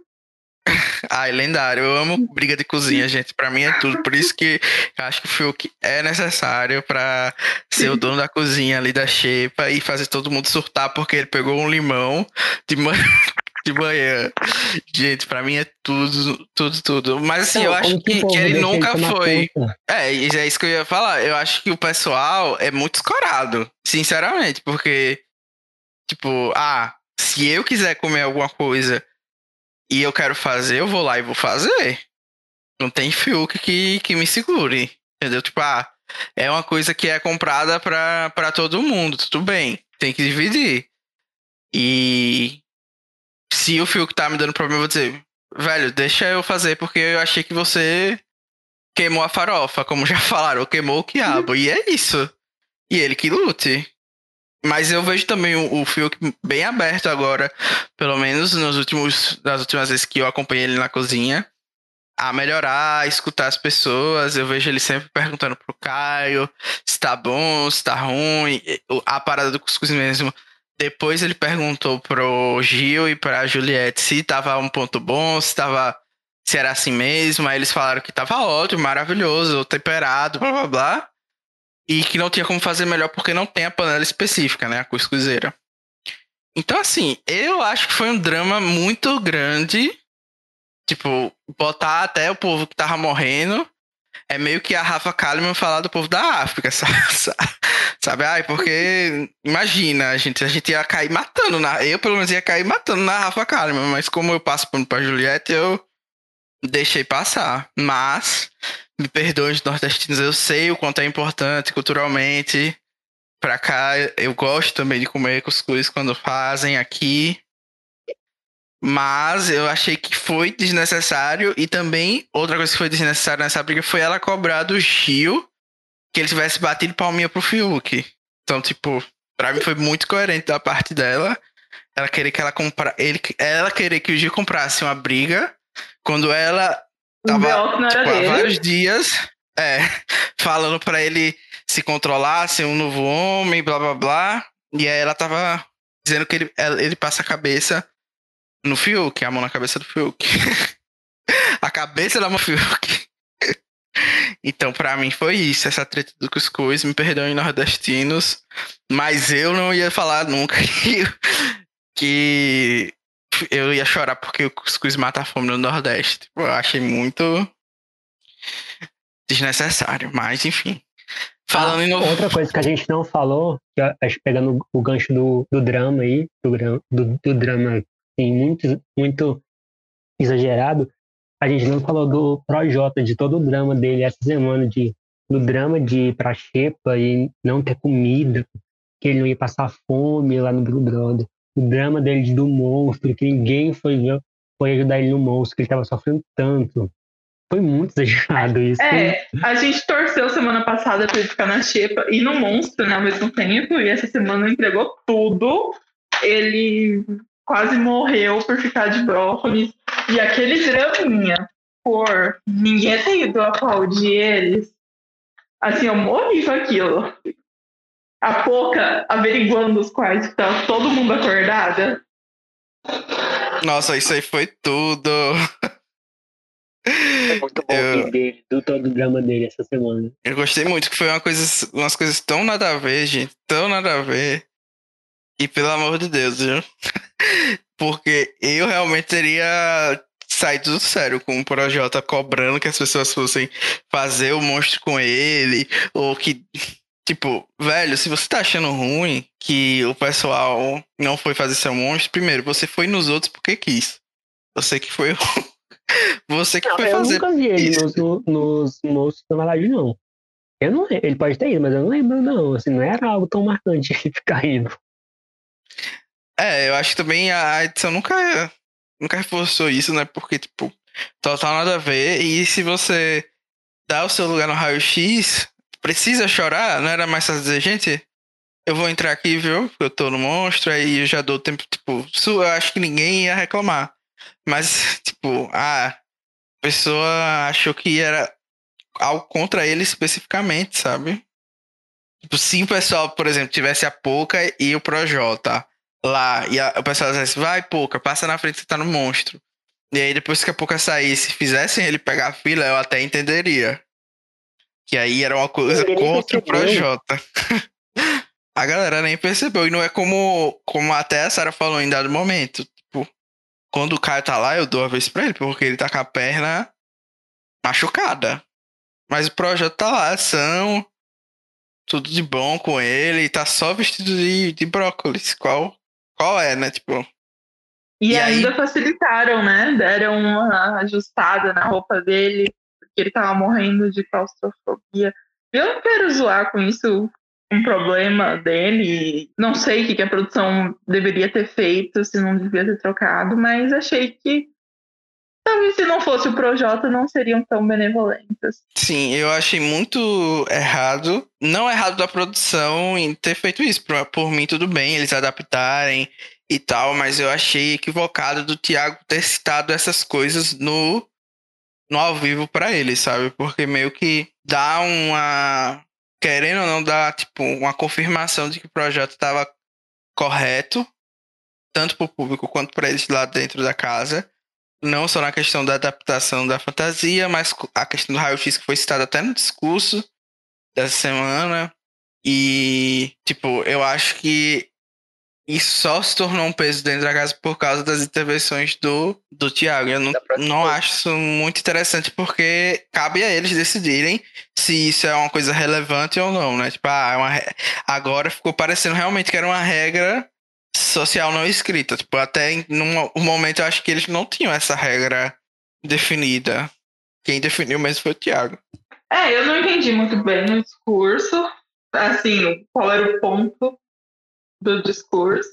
Ai, lendário. Eu amo briga de cozinha, gente. Pra mim é tudo. Por isso que eu acho que o Fiuk é necessário pra ser o dono da cozinha ali da xepa e fazer todo mundo surtar porque ele pegou um limão de manhã. De manhã. Gente, pra mim é tudo, tudo, tudo. Mas assim, Não, eu acho como que o que, que povo ele deixa ele nunca tomar foi. conta? É, e é isso que eu ia falar. Eu acho que o pessoal é muito escorado, sinceramente, porque, tipo, ah, se eu quiser comer alguma coisa e eu quero fazer, eu vou lá e vou fazer. Não tem Fiuk que, que me segure. Entendeu? Tipo, ah, é uma coisa que é comprada pra, pra todo mundo, tudo bem. Tem que dividir. E se o Fiuk tá me dando problema, eu vou dizer, velho, deixa eu fazer, porque eu achei que você queimou a farofa, como já falaram, ou queimou o quiabo. E é isso. E ele que lute. Mas eu vejo também o, o Fiuk bem aberto agora, pelo menos nos últimos, nas últimas vezes que eu acompanhei ele na cozinha, a melhorar, a escutar as pessoas. Eu vejo ele sempre perguntando pro Caio se tá bom, se tá ruim. A parada do cuscuz mesmo. Depois ele perguntou pro Gil e pra Juliette se tava um ponto bom, se tava, se era assim mesmo. Aí eles falaram que tava ótimo, maravilhoso, temperado, blá blá blá. E que não tinha como fazer melhor porque não tem a panela específica, né? A cuscuzeira. Então, assim, eu acho que foi um drama muito grande. Tipo, botar até o povo que tava morrendo. É meio que a Rafa Kalimann falar do povo da África, sabe? Sabe? Ai, porque imagina, a gente, a gente ia cair matando na. Eu, pelo menos, ia cair matando na Rafa Kalimann, mas como eu passo pano pra Juliette, eu deixei passar. Mas, me perdoem os nordestinos, eu sei o quanto é importante culturalmente. Pra cá, eu gosto também de comer cuscuz quando fazem aqui. Mas eu achei que foi desnecessário. E também, outra coisa que foi desnecessária nessa briga foi ela cobrar do Gil que ele tivesse batido palminha pro Fiuk. Então, tipo, pra mim foi muito coerente da parte dela. Ela querer que ela compra... ele... ela querer que o Gil comprasse uma briga quando ela Um B O tava, que não era tipo, há dele. vários dias, é, falando pra ele se controlar, ser um novo homem, blá blá blá. E aí ela tava dizendo que ele, ele passa a cabeça no Fiuk, a mão na cabeça do Fiuk. A cabeça da mão do Fiuk. Então, pra mim foi isso, essa treta do cuscuz. Me perdoem, nordestinos, mas eu não ia falar nunca que, que eu ia chorar porque o cuscuz mata a fome no Nordeste. Eu achei muito desnecessário, mas enfim. Falando Ah, em novo. outra coisa que a gente não falou, que eu acho que pegando o gancho do, do drama aí, do, gra- do, do drama assim, muito, muito exagerado, a gente não falou do Projota, de todo o drama dele essa semana, de, do drama de ir pra Xepa e não ter comida, que ele não ia passar fome lá no Big Brother. O drama dele do monstro, que ninguém foi ver, foi ajudar ele no monstro, que ele tava sofrendo tanto. Foi muito exagerado isso. É, a gente torceu semana passada pra ele ficar na xepa e no monstro, né, ao mesmo tempo, e essa semana entregou tudo. Ele quase morreu por ficar de brócolis. E aquele draminha por ninguém ter ido aplaudir eles. Assim, eu morri com aquilo. A Poca averiguando os quartos que tava todo mundo acordada. Nossa, isso aí foi tudo. É muito bom Eu, rir dele, do todo o drama dele essa semana. eu gostei muito, que foi uma coisa, umas coisas tão nada a ver, gente. Tão nada a ver. E pelo amor de Deus, viu? Porque eu realmente teria saído do sério com o Projota cobrando que as pessoas fossem fazer o monstro com ele. Ou que, tipo, velho, se você tá achando ruim que o pessoal não foi fazer seu monstro, primeiro, você foi nos outros porque quis. Você que foi. Você que Não, foi eu fazer nunca vi ele isso. nos, no- nos monstros da Maldade, não. Eu não lembro. Ele pode ter ido, mas eu não lembro, não. Assim, não era algo tão marcante ele ficar indo. É, eu acho que também a edição nunca, nunca reforçou isso, né? Porque, tipo, total nada a ver. E se você dá o seu lugar no raio-x, precisa chorar? Não era mais fácil dizer, gente, eu vou entrar aqui, viu? Eu tô no monstro, aí eu já dou tempo, tipo, su- eu acho que ninguém ia reclamar. Mas, tipo, a pessoa achou que era algo contra ele especificamente, sabe? Tipo, se o pessoal, por exemplo, tivesse a Poca e o Projota lá, e a- o pessoal dissesse, vai, Poca, passa na frente, você tá no monstro. E aí, depois que a Poca saísse, fizessem ele pegar a fila, eu até entenderia. Que aí era uma coisa Ninguém nem contra o percebeu. Projota. A galera nem percebeu. E não é como, como até a Sarah falou em dado momento. Tipo, quando o Caio tá lá, eu dou a vez pra ele, porque ele tá com a perna machucada. Mas o Projota tá lá, são, tudo de bom com ele, e tá só vestido de, de brócolis. Qual, qual é, né? Tipo, E e aí, ainda facilitaram, né? Deram uma ajustada na roupa dele, porque ele tava morrendo de claustrofobia. Eu não quero zoar com isso, um problema dele. Não sei o que que a produção deveria ter feito, se não devia ter trocado, mas achei que talvez se não fosse o Projota não seriam tão benevolentes. sim, eu achei muito errado. Não errado da produção em ter feito isso. Por, por mim, tudo bem, eles adaptarem e tal, mas eu achei equivocado do Thiago ter citado essas coisas no, no ao vivo pra ele, sabe? Porque meio que dá uma. Querendo ou não, dá tipo uma confirmação de que o projeto estava correto, tanto pro público quanto pra eles lá dentro da casa. Não só na questão da adaptação da fantasia, mas a questão do raio-x que foi citada até no discurso dessa semana. E, tipo, eu acho que isso só se tornou um peso dentro da casa por causa das intervenções do, do Thiago. Eu não, Da não produção. acho isso muito interessante porque cabe a eles decidirem se isso é uma coisa relevante ou não, né? Tipo, ah, é uma re- agora ficou parecendo realmente que era uma regra social não escrita. Tipo, até em num um momento eu acho que eles não tinham essa regra definida. Quem definiu mesmo foi o Thiago. É, eu não entendi muito bem o discurso, assim, qual era o ponto do discurso.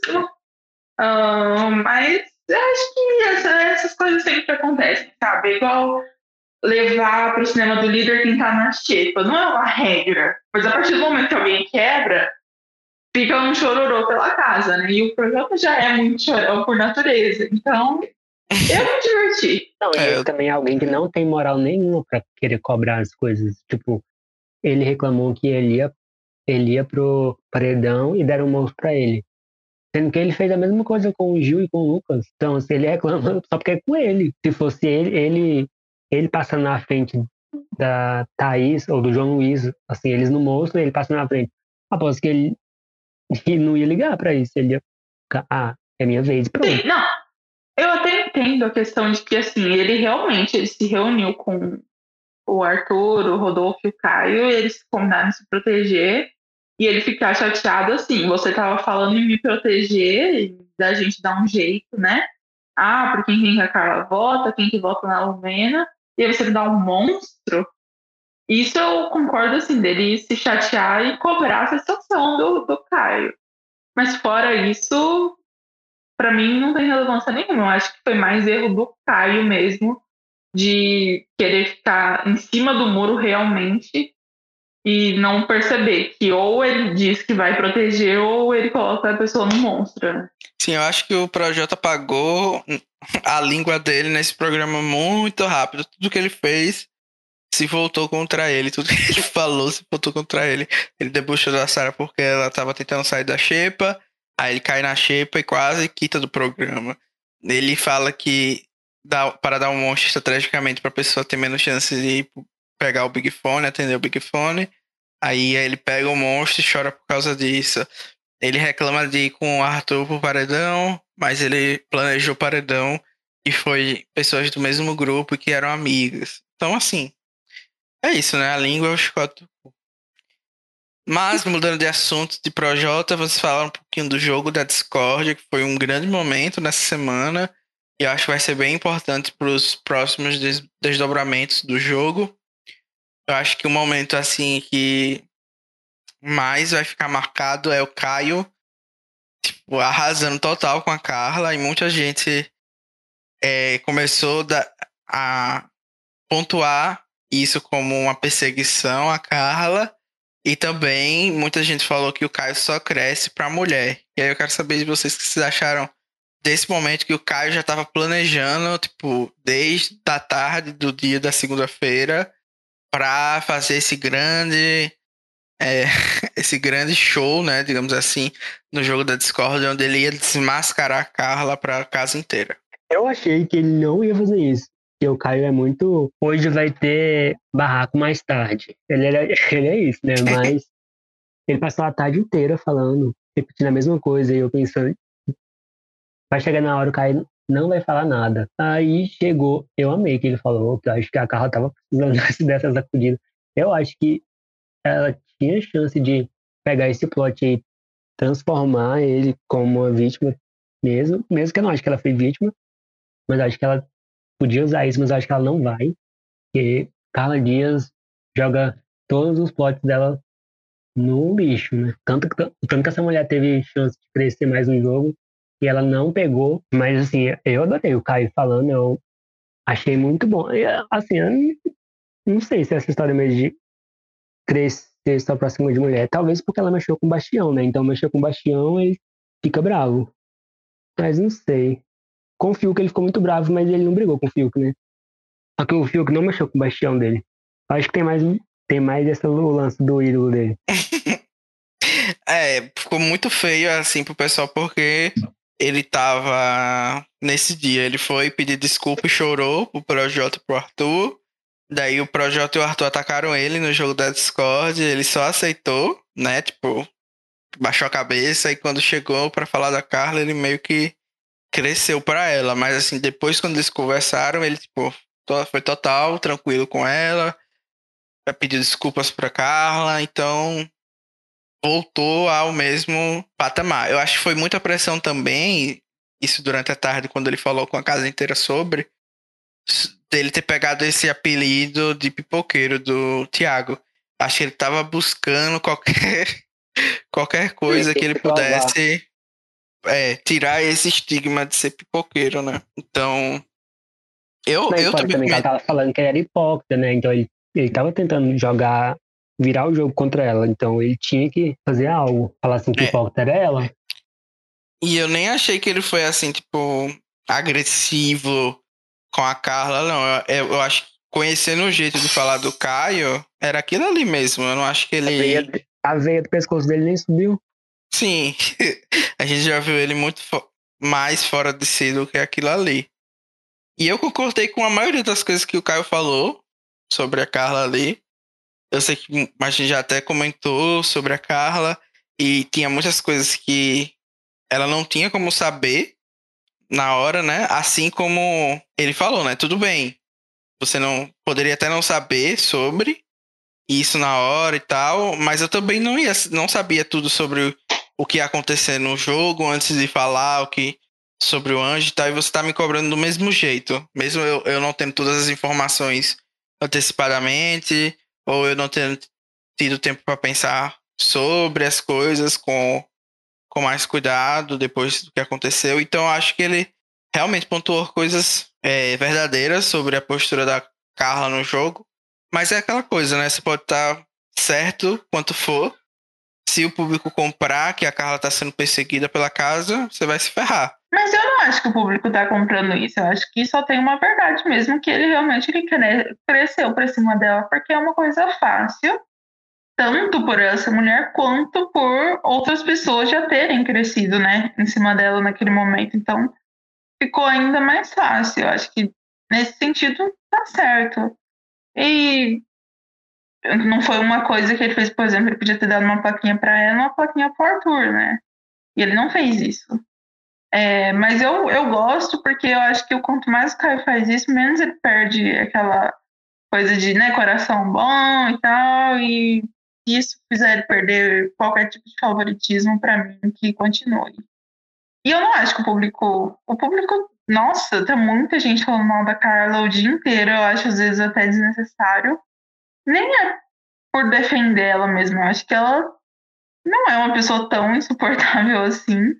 Ah, mas eu acho que essa- essas coisas sempre acontecem, sabe? É igual levar para o cinema do líder quem tá na xepa. Não é uma regra. Mas a partir do momento que alguém quebra, fica um chororô pela casa, né? E o projeto já é muito chorão por natureza. Então, eu me diverti. Não, e É, ele eu- também é alguém que não tem moral nenhuma pra querer cobrar as coisas. Tipo, ele reclamou que ele ia, ele ia pro paredão e deram um moço pra ele. Sendo que ele fez a mesma coisa com o Gil e com o Lucas. Então, se ele reclama, só porque é com ele. Se fosse ele, ele, ele passando na frente da Thaís ou do João Luiz, assim, eles no moço, ele passando na frente. Após que ele, ele não ia ligar pra isso. Ele ia ficar, ah, é minha vez, pronto. Sim, não, eu até entendo a questão de que, assim, ele realmente ele se reuniu com o Arthur, o Rodolfo e o Caio, e eles combinaram se proteger, e ele ficar chateado assim, você estava falando em me proteger, e da gente dar um jeito, né? Ah, por quem que a Carla vota, quem que vota na Lumena, e aí você me dá um monstro. Isso eu concordo, assim, dele se chatear e cobrar a situação do, do Caio. Mas fora isso, para mim não tem relevância nenhuma. Eu acho que foi mais erro do Caio mesmo, de querer ficar em cima do muro realmente e não perceber que ou ele diz que vai proteger ou ele coloca a pessoa no monstro, né? sim, eu acho que o Projota apagou a língua dele nesse programa muito rápido. Tudo que ele fez se voltou contra ele. Tudo que ele falou se voltou contra ele. Ele debochou da Sarah porque ela tava tentando sair da xepa. Aí ele cai na xepa e quase quita do programa. Ele fala que dá, para dar um monstro estrategicamente pra pessoa ter menos chance de pegar o Big Fone, atender o Big Fone. Aí ele pega o monstro e chora por causa disso. Ele reclama de ir com o Arthur pro paredão, mas ele planejou o paredão e foi pessoas do mesmo grupo que eram amigas. Então, assim, é isso, né? A língua é o chicote do cu. Mas, mudando de assunto de Projota, vamos falar um pouquinho do jogo da Discord, que foi um grande momento nessa semana. E eu acho que vai ser bem importante para os próximos des- desdobramentos do jogo. Eu acho que o momento, assim, que mais vai ficar marcado é o Caio, tipo, arrasando total com a Carla. E muita gente é, começou da- a pontuar isso como uma perseguição à Carla. E também muita gente falou que o Caio só cresce pra mulher. E aí eu quero saber de vocês o que vocês acharam desse momento que o Caio já estava planejando, tipo, desde a tarde do dia da segunda-feira pra fazer esse grande é, esse grande show, né, digamos assim, no jogo da Discord, onde ele ia desmascarar a Carla pra casa inteira. Eu achei que ele não ia fazer isso. Porque o Caio é muito. Hoje vai ter barraco mais tarde. Ele, era... ele é isso, né? Mas ele passou a tarde inteira falando, repetindo a mesma coisa. E eu pensando, vai chegar na hora, o Caio não vai falar nada. Aí chegou, eu amei que ele falou, que eu acho que a Carla tava precisando dessa sacudida. Eu acho que ela tinha chance de pegar esse plot e transformar ele como uma vítima mesmo. Mesmo que eu não acho que ela foi vítima, mas acho que ela podia usar isso, mas acho que ela não vai. Porque Carla Dias joga todos os plots dela no lixo, né? Tanto, que- tanto que essa mulher teve chance de crescer mais no jogo e ela não pegou. Mas assim, eu adorei o Caio falando, eu achei muito bom. E, assim, eu não sei se essa história mesmo de crescer só pra cima de mulher. Talvez porque ela mexeu com o Bastião, né? Então mexeu com o Bastião, ele fica bravo. Mas não sei. Com o Fiuk ele ficou muito bravo, mas ele não brigou com o Fiuk, né? Só que o Fiuk não mexeu com o Bastião dele. Acho que tem mais, tem mais esse lance do ídolo dele. É, ficou muito feio assim pro pessoal porque ele tava nesse dia, ele foi pedir desculpa e chorou pro Projota e pro Arthur. Daí o Projota e o Arthur atacaram ele no jogo da Discord, ele só aceitou, né? Tipo, baixou a cabeça e quando chegou pra falar da Carla, ele meio que cresceu pra ela, mas assim, depois quando eles conversaram, ele tipo, to- foi total tranquilo com ela, pediu desculpas pra Carla, então voltou ao mesmo patamar. Eu acho que foi muita pressão também, isso durante a tarde, quando ele falou com a casa inteira sobre, s- dele ter pegado esse apelido de pipoqueiro do Thiago. Acho que ele tava buscando qualquer, qualquer Ele coisa que tem ele que provar. pudesse é, tirar esse estigma de ser pipoqueiro, né? Então, eu, Não, e eu fora também também que ela comentei. tava falando que ele era hipócrita, né? Então ele, ele tava tentando jogar, virar o jogo contra ela. Então ele tinha que fazer algo. Falar assim que É, hipócrita era ela. e eu nem achei que ele foi assim, tipo, agressivo com a Carla, não. Eu, eu acho que conhecendo o jeito de falar do Caio, era aquilo ali mesmo. Eu não acho que A veia, ele. a veia do pescoço dele nem subiu. Sim, a gente já viu ele muito fo- mais fora de si do que aquilo ali. E eu concordei com a maioria das coisas que o Caio falou sobre a Carla ali. Eu sei que a gente já até comentou sobre a Carla e tinha muitas coisas que ela não tinha como saber na hora, né? Assim como ele falou, né? Tudo bem, você não poderia até não saber sobre isso na hora e tal, mas eu também não ia, não sabia tudo sobre o que ia acontecer no jogo antes de falar o que sobre o anjo e tal, e você tá me cobrando do mesmo jeito, mesmo eu, eu não tendo todas as informações antecipadamente, ou eu não tendo tido tempo para pensar sobre as coisas com, com mais cuidado depois do que aconteceu. Então eu acho que ele realmente pontuou coisas é, verdadeiras sobre a postura da Carla no jogo. Mas é aquela coisa, né? Você pode estar certo quanto for. Se o público comprar que a Carla está sendo perseguida pela casa, você vai se ferrar. Mas eu não acho que o público tá comprando isso. Eu acho que só tem uma verdade mesmo, que ele realmente ele cre- cresceu pra cima dela, porque é uma coisa fácil, tanto por essa mulher, quanto por outras pessoas já terem crescido, né, em cima dela naquele momento. Então, ficou ainda mais fácil. Eu acho que nesse sentido tá certo. E não foi uma coisa que ele fez, por exemplo, ele podia ter dado uma plaquinha pra ela, uma plaquinha pro Arthur, né? E ele não fez isso. É, mas eu, eu gosto porque eu acho que o quanto mais o Caio faz isso, menos ele perde aquela coisa de, né, coração bom e tal, e se isso fizer ele perder qualquer tipo de favoritismo, pra mim, que continue. E eu não acho que o público, o público, nossa, tá muita gente falando mal da Carla o dia inteiro, eu acho às vezes até desnecessário. Nem é por defender ela mesma, eu acho que ela não é uma pessoa tão insuportável assim.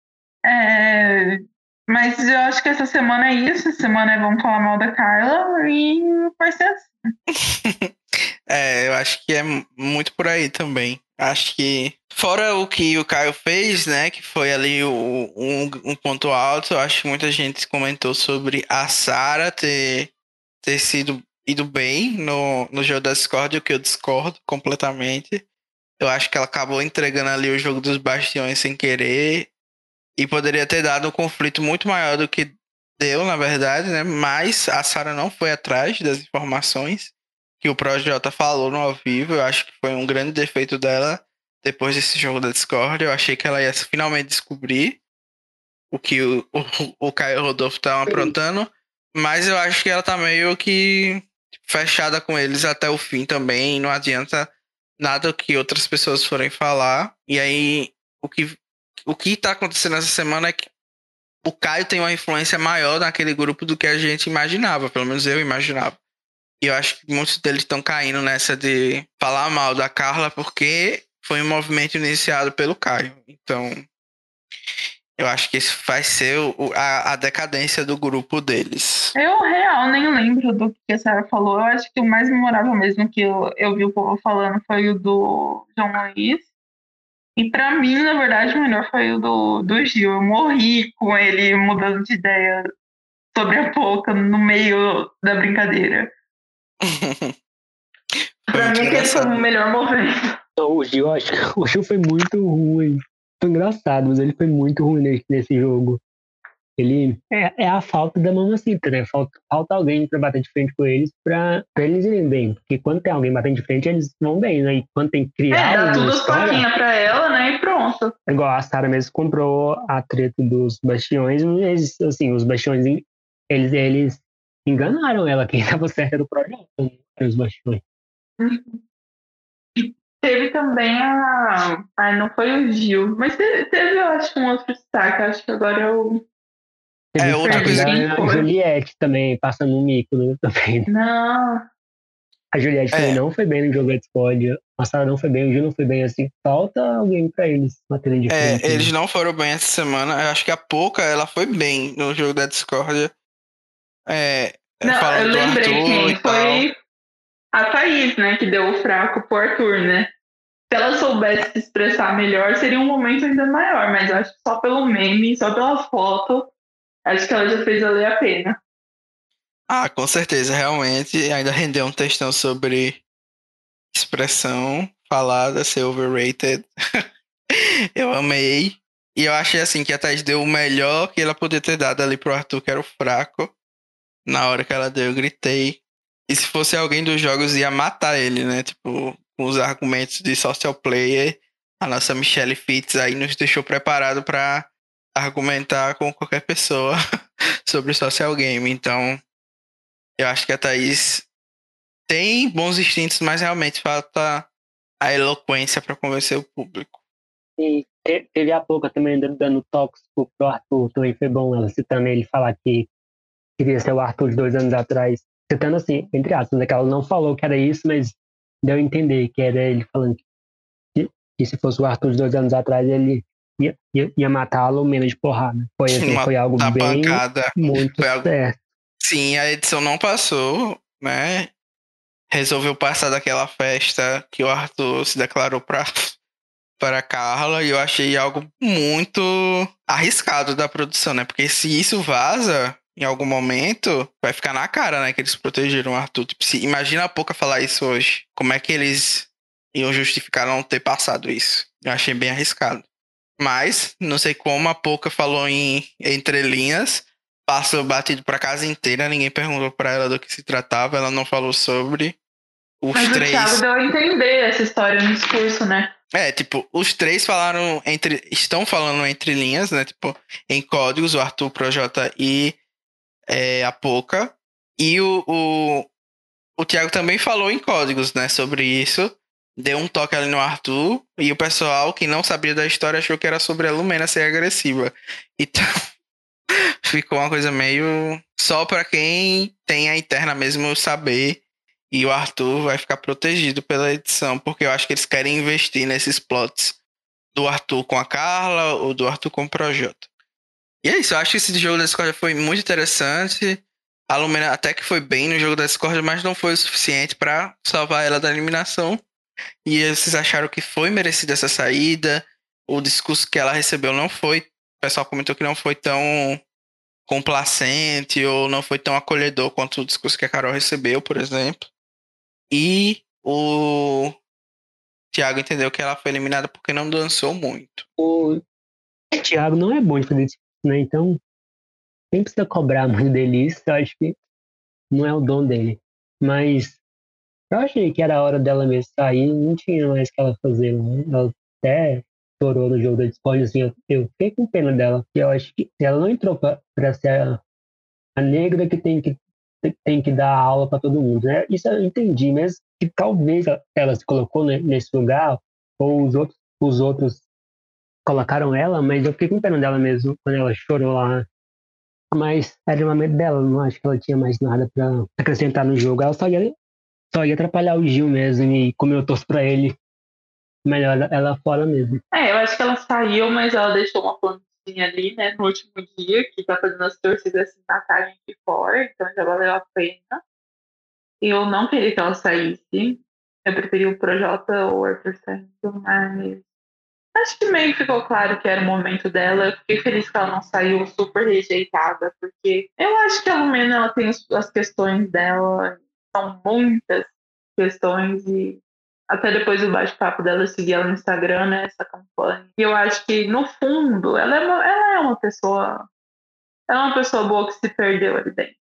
É, mas eu acho que essa semana é isso. Essa semana é vamos falar mal da Carla e vai ser assim. É, eu acho que é muito por aí também. Acho que, fora o que o Caio fez, né, que foi ali o, um, um ponto alto, eu acho que muita gente comentou sobre a Sarah ter, ter sido ido bem no, no jogo da Discord, o que eu discordo completamente. Eu acho que ela acabou entregando ali o jogo dos bastiões sem querer e poderia ter dado um conflito muito maior do que deu, na verdade, né? Mas a Sarah não foi atrás das informações que o Projota falou no ao vivo. Eu acho que foi um grande defeito dela depois desse jogo da Discord. Eu achei que ela ia finalmente descobrir o que o, o, o Caio Rodolfo estava aprontando, mas eu acho que ela tá meio que fechada com eles até o fim também. Não adianta nada que outras pessoas forem falar. E aí, o que, o que tá acontecendo essa semana é que o Caio tem uma influência maior naquele grupo do que a gente imaginava, pelo menos eu imaginava. E eu acho que muitos deles estão caindo nessa de falar mal da Carla porque foi um movimento iniciado pelo Caio. Então, eu acho que isso vai ser o, a, a decadência do grupo deles. Eu, real, nem lembro do que a Sarah falou. Eu acho que o mais memorável mesmo que eu, eu vi o povo falando foi o do João Luiz. E pra mim, na verdade, o melhor foi o do, do Gil. Eu morri com ele mudando de ideia sobre a Poca no meio da brincadeira. Foi Pra muito mim, aquele foi o engraçado. melhor momento. O Gil, acho que o Gil foi muito ruim. Foi engraçado, mas ele foi muito ruim nesse, nesse jogo. Ele é, é a falta da mamacita, né? Falta, falta alguém pra bater de frente com eles pra, pra eles irem bem. Porque quando tem alguém batendo de frente, eles vão bem, né? E quando tem que É, criar dá uma tudo as história, plaquinhas pra ela, né? E pronto. igual a Sarah mesmo comprou a treta dos bastiões, eles, assim, os bastiões, eles, eles enganaram ela, quem tava certo era o projeto, né? Os bastiões. Teve também a. Ai, não foi o Gil, mas teve, teve, eu acho, um outro destaque. Acho que agora eu Teve É, o outra destaque perdi coisa. quem da foi. Juliette também, passando um mico, né? Também. Não. A Juliette também É, não foi bem no jogo da Discord. A Sarah não foi bem, o Gil não foi bem, assim. Falta alguém pra eles baterem de frente, é, eles né? não foram bem essa semana. Eu acho que a Poca, ela foi bem no jogo da Discord. É, é, Não, eu falando do lembrei Arthur quem e tal. foi a Thaís, né? Que deu o fraco pro Arthur, né? Se ela soubesse se expressar melhor, seria um momento ainda maior, mas eu acho que só pelo meme, só pela foto, acho que ela já fez valer a pena. Ah, com certeza, realmente. Ainda rendeu um textão sobre expressão falada, ser overrated. Eu amei. E eu achei assim que a Thaís deu o melhor que ela podia ter dado ali pro Arthur, que era o fraco. Na hora que ela deu, eu gritei. E se fosse alguém dos jogos, ia matar ele, né? Tipo, com os argumentos de social player. A nossa Michelle Fitz aí nos deixou preparado pra argumentar com qualquer pessoa sobre social game. Então, eu acho que a Thaís tem bons instintos, mas realmente falta a eloquência pra convencer o público. E te- teve a pouco também dando dando tóxico pro Arthur, também foi bom ela citando ele falar que queria ser o Arthur de dois anos atrás. Citando assim, entre aspas, né, que ela não falou que era isso, mas deu a entender que era ele falando que, que se fosse o Arthur de dois anos atrás, ele ia, ia, ia matá-lo menos de porrada. Foi assim, Uma foi algo a bem, pancada. muito Foi algo. certo. Sim, a edição não passou, né? Resolveu passar daquela festa que o Arthur se declarou pra para Carla e eu achei algo muito arriscado da produção, né? Porque se isso vaza em algum momento, vai ficar na cara, né? Que eles protegeram o Arthur. Tipo, se, imagina a Poca falar isso hoje. Como é que eles iam justificar não ter passado isso? Eu achei bem arriscado. Mas, não sei como a Poca falou em entrelinhas, passou batido pra casa inteira, ninguém perguntou pra ela do que se tratava, ela não falou sobre. Os Mas o Thiago três. deu a entender essa história no discurso, né? É, tipo, os três falaram entre. Estão falando entre linhas, né? Tipo, em códigos, o Arthur, o Projota e é, a Poca. E o, o, o Thiago também falou em códigos, né? Sobre isso. Deu um toque ali no Arthur. E o pessoal que não sabia da história achou que era sobre a Lumena ser agressiva. Então, ficou uma coisa meio. Só pra quem tem a interna mesmo saber. E o Arthur vai ficar protegido pela edição, porque eu acho que eles querem investir nesses plots do Arthur com a Carla ou do Arthur com o Projota. E é isso, eu acho que esse jogo da Discord foi muito interessante. A Lumena até que foi bem no jogo da Discord, mas não foi o suficiente pra salvar ela da eliminação. E vocês acharam que foi merecida essa saída? O discurso que ela recebeu não foi. O pessoal comentou que não foi tão complacente ou não foi tão acolhedor quanto o discurso que a Carol recebeu, por exemplo. E o Thiago entendeu que ela foi eliminada porque não dançou muito. O Thiago não é bom de fazer isso, né? Então, nem precisa cobrar muito dele isso. Eu acho que não é o dom dele. Mas eu achei que era a hora dela mesmo sair. Não tinha mais o que ela fazer, né? Ela até chorou no jogo da Discord, assim. Eu, eu fiquei com pena dela. Porque eu acho que ela não entrou pra, pra ser a, a negra que tem que tem que dar aula para todo mundo, né? Isso eu entendi, mas que talvez ela se colocou né, nesse lugar, ou os outros, os outros colocaram ela, mas eu fiquei com pena dela mesmo, quando ela chorou lá. Mas era o momento dela, não acho que ela tinha mais nada para acrescentar no jogo. Ela só ia, só ia atrapalhar o Gil mesmo, e como eu torço pra ele, melhor ela fora mesmo. É, eu acho que ela saiu, mas ela deixou uma plantinha ali, né, no último dia, que tá fazendo as torcidas se matarem de fora, então já valeu a pena. E eu não queria que ela saísse. Eu preferi o Projota ou o Arthur saindo, mas acho que meio que ficou claro que era o momento dela. Eu fiquei feliz que ela não saiu super rejeitada, porque eu acho que a Lumena ela tem as questões dela, são muitas questões, e até depois do bate-papo dela, eu segui ela no Instagram, né, essa campanha. E eu acho que, no fundo, ela é uma, ela é uma pessoa. Ela é uma pessoa boa que se perdeu ali dentro.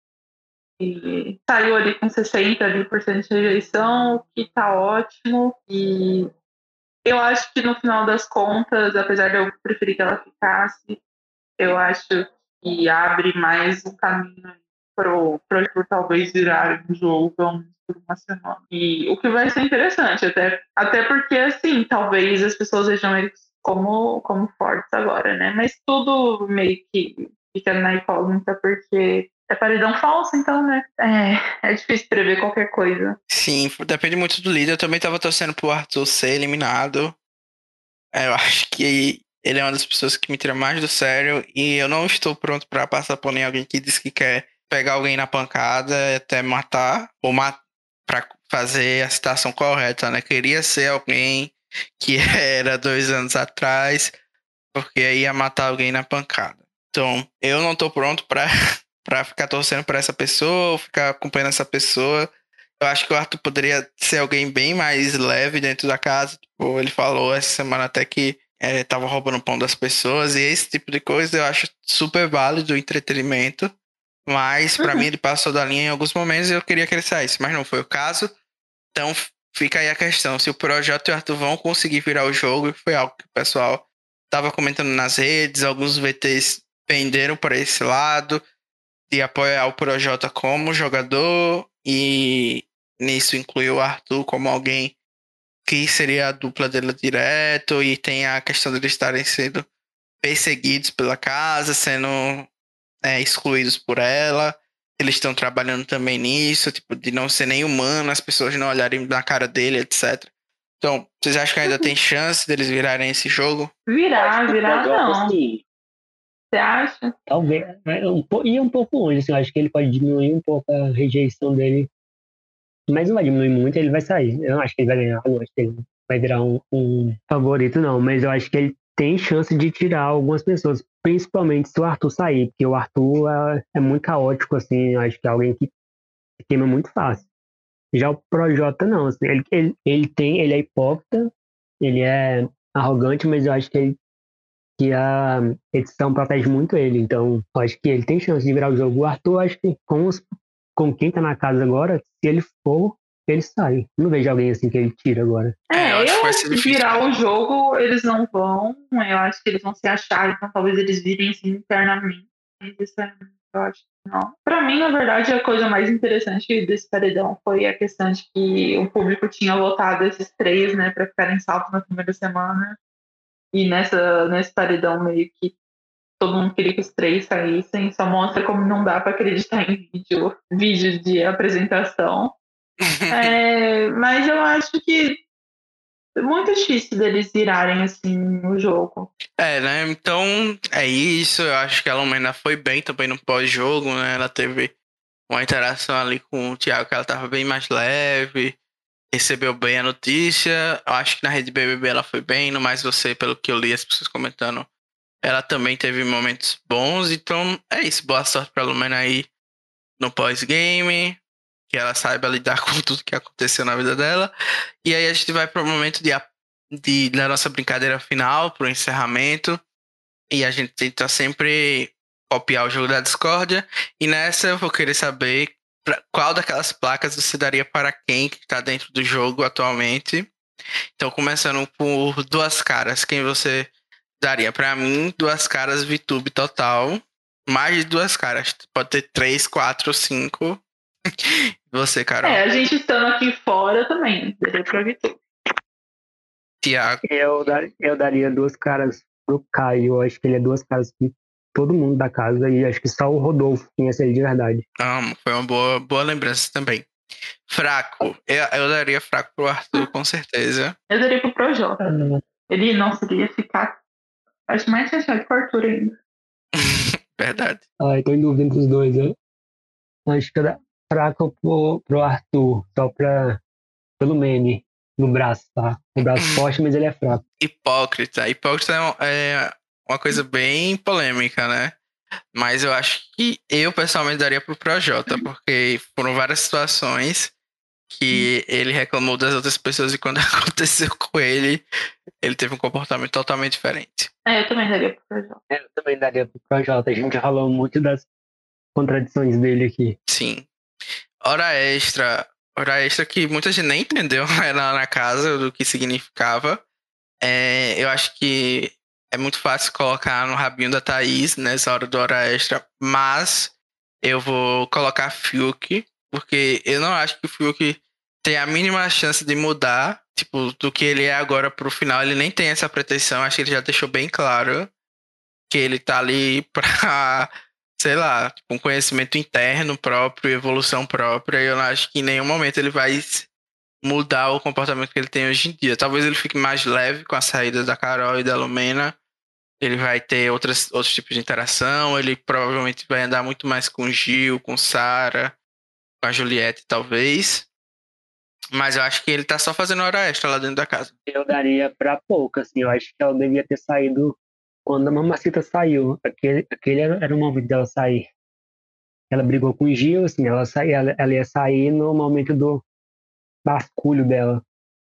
E saiu ali com sessenta por cento de rejeição, o que tá ótimo. E eu acho que no final das contas, apesar de eu preferir que ela ficasse, eu acho que abre mais um caminho pro, pro, pro talvez virar um jogo pelo menos por uma semana. E o que vai ser interessante, até, até porque, assim, talvez as pessoas vejam eles como, como fortes agora, né? Mas tudo meio que fica na incógnita, porque é paredão falso, então, né? É, é difícil prever qualquer coisa. Sim, depende muito do líder. Eu também tava torcendo pro Arthur ser eliminado. É, eu acho que ele é uma das pessoas que me tira mais do sério. E eu não estou pronto pra passar por nem alguém que diz que quer pegar alguém na pancada e até matar. Ou mat pra fazer a citação correta, né? Queria ser alguém que era dois anos atrás, porque aí ia matar alguém na pancada. Então, eu não tô pronto pra, pra ficar torcendo pra essa pessoa, ou ficar acompanhando essa pessoa. Eu acho que o Arthur poderia ser alguém bem mais leve dentro da casa. Tipo, ele falou essa semana até que é, tava roubando o pão das pessoas. E esse tipo de coisa eu acho super válido o entretenimento. Mas pra Uhum. mim ele passou da linha em alguns momentos e eu queria que ele saísse. Mas não foi o caso. Então fica aí a questão. Se o Projota e o Arthur vão conseguir virar o jogo, que foi algo que o pessoal tava comentando nas redes. Alguns V Ts penderam para esse lado. De apoiar o Projota como jogador. E nisso incluiu o Arthur como alguém que seria a dupla dele direto. E tem a questão de eles estarem sendo perseguidos pela casa, sendo é, excluídos por ela. Eles estão trabalhando também nisso, tipo, de não ser nem humano, as pessoas não olharem na cara dele, etcétera. Então, vocês acham que ainda tem chance deles virarem esse jogo? Virar, virar, não. Sim, Você acha? talvez. É, um, ir um pouco longe, assim, eu acho que ele pode diminuir um pouco a rejeição dele. Mas não vai diminuir muito, ele vai sair. Eu não acho que ele vai ganhar, eu não acho que ele vai virar um, um favorito, não. Mas eu acho que ele tem chance de tirar algumas pessoas, principalmente se o Arthur sair, porque o Arthur é, é muito caótico, assim, eu acho que é alguém que queima muito fácil. Já o Projota, não, assim, ele, ele, ele tem, ele é hipócrita, ele é arrogante, mas eu acho que, ele, que a edição protege muito ele, então eu acho que ele tem chance de virar o jogo. O Arthur, eu acho que com, os, com quem tá na casa agora, se ele for, ele sai. Não vejo alguém assim que ele tira agora. É, eu É, acho que vai ser eu difícil virar mesmo. o jogo, eles não vão. Eu acho que eles vão se achar, então talvez eles virem assim internamente. Mas isso é, eu acho que não. Pra mim, na verdade, a coisa mais interessante desse paredão foi a questão de que o público tinha votado esses três, né, pra ficarem salvos na primeira semana. E nessa, nesse paredão meio que todo mundo queria que os três saíssem. Só mostra como não dá pra acreditar em vídeo, vídeo de apresentação. É, mas eu acho que é muito difícil deles virarem assim o jogo. É, né? Então é isso. Eu acho que a Lumena foi bem também no pós-jogo, né? Ela teve uma interação ali com o Thiago que ela tava bem mais leve, recebeu bem a notícia. Eu acho que na rede B B B ela foi bem, no mais você, pelo que eu li, as pessoas comentando, ela também teve momentos bons. Então é isso. Boa sorte pra Lumena aí no pós-game, que ela saiba lidar com tudo que aconteceu na vida dela. E aí a gente vai pro momento de, a- de da nossa brincadeira final, pro encerramento. E a gente tenta sempre copiar o jogo da discórdia. E nessa eu vou querer saber pra- qual daquelas placas você daria para quem que está dentro do jogo atualmente. Então, começando por duas caras. Quem você daria? Para mim, duas caras VTube total. Mais de duas caras. Pode ter três, quatro, cinco. Você, É, Carol. a gente estando aqui fora também, daria pra Vitor. Tiago. Eu, dar, eu daria duas caras pro Caio. Eu acho que ele é duas caras que todo mundo da casa, e acho que só o Rodolfo conhece ele de verdade. Amo. Foi uma boa, boa lembrança também. Fraco. Eu, eu daria fraco pro Arthur, com certeza. Eu daria pro Projota. Ah, Ele, nossa, ele ia ficar, acho mais chateado com o Arthur ainda. Verdade. ai, tô em dúvida entre os dois. Eu acho que eu daria fraco pro, pro Arthur, só pra, pelo meme no braço, tá? O braço forte, mas ele é fraco. Hipócrita. Hipócrita é um- é uma coisa bem polêmica, né? Mas eu acho que eu pessoalmente daria pro Projota, porque foram várias situações que ele reclamou das outras pessoas e quando aconteceu com ele, ele teve um comportamento totalmente diferente. É, eu também daria pro Projota. Eu também daria pro Projota. A gente já falou muito das contradições dele aqui. Sim. Hora extra. Hora extra que muita gente nem entendeu né, lá na casa do que significava. É, eu acho que é muito fácil colocar no rabinho da Thaís nessa hora do hora extra, mas eu vou colocar Fiuk, porque eu não acho que o Fiuk tem a mínima chance de mudar, tipo, do que ele é agora pro final. Ele nem tem essa pretensão, acho que ele já deixou bem claro que ele tá ali pra, sei lá, tipo, um conhecimento interno próprio, evolução própria, e eu não acho que em nenhum momento ele vai mudar o comportamento que ele tem hoje em dia. Talvez ele fique mais leve com a saída da Carol e da Lumena. Ele vai ter outras, outros tipos de interação. Ele provavelmente vai andar muito mais com o Gil, com Sarah, com a Juliette, talvez. Mas eu acho que ele tá só fazendo hora extra lá dentro da casa. Eu daria pra pouco, assim. Eu acho que ela devia ter saído quando a Mamacita saiu. Aquele, aquele era, era o momento dela sair. Ela brigou com o Gil, assim, ela, sa- ela, ela ia sair no momento do basculho dela.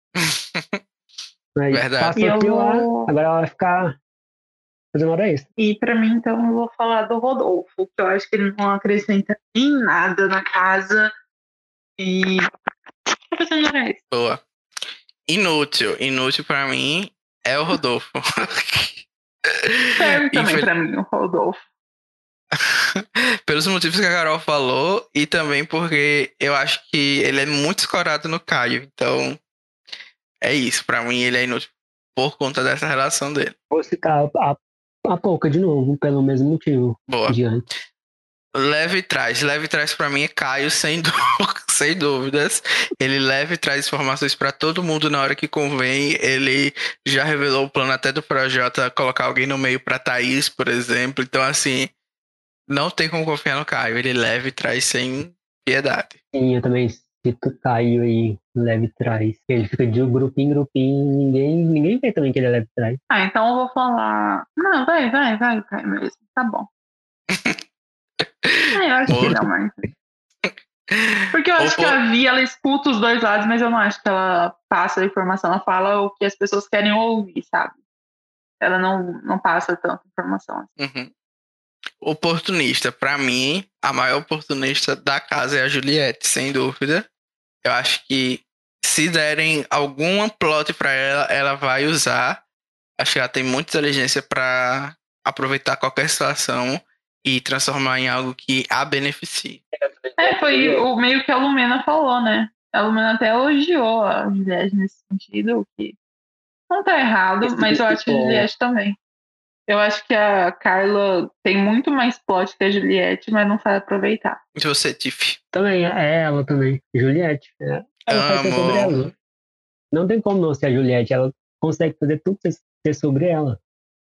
Aí Verdade. E passou eu aquilo lá, vou. agora ela vai ficar fazendo hora extra. E pra mim, então, eu vou falar do Rodolfo, que eu acho que ele não acrescenta em nada na casa. E. Tá fazendo hora extra. Boa. Inútil. Inútil pra mim é o Rodolfo. Serve também Infel- pra mim, o Rodolfo. Pelos motivos que a Carol falou e também porque eu acho que ele é muito escorado no Caio. Então, é isso. Pra mim, ele é inútil por conta dessa relação dele. Vou citar a, a, a pouca de novo, pelo mesmo motivo Boa. de antes. Leve e traz. Leve e traz pra mim é Caio, sem, dú- sem dúvidas. Ele leve e traz informações pra todo mundo na hora que convém. Ele já revelou o plano até do Projota colocar alguém no meio pra Thaís, por exemplo. Então, assim, não tem como confiar no Caio. Ele leve e traz sem piedade. Sim, eu também Tito Caio aí, leve trás. Ele fica de grupinho em grupinho, ninguém, ninguém vê também que ele é leve trás. Ah, então eu vou falar. Não, vai, vai, vai, vai mesmo. Tá bom. É, eu acho que não, mas. Porque eu acho que a Vi, ela escuta os dois lados, mas eu não acho que ela passa a informação. Ela fala o que as pessoas querem ouvir, sabe? Ela não, não passa tanta informação. Uhum. Oportunista, pra mim, a maior oportunista da casa é a Juliette, sem dúvida. Eu acho que se derem algum plot pra ela, ela vai usar. Acho que ela tem muita inteligência pra aproveitar qualquer situação e transformar em algo que a beneficie. É, foi o meio que a Lumena falou, né? A Lumena até elogiou a Juliette nesse sentido, o que não tá errado, mas eu acho que a Juliette também. Eu acho que a Carla tem muito mais plot que a Juliette, mas não sabe aproveitar. E você, Tiff? Também, é ela também. Juliette. É. Ela faz ser sobre ela. Não tem como não ser a Juliette. Ela consegue fazer tudo ser sobre ela.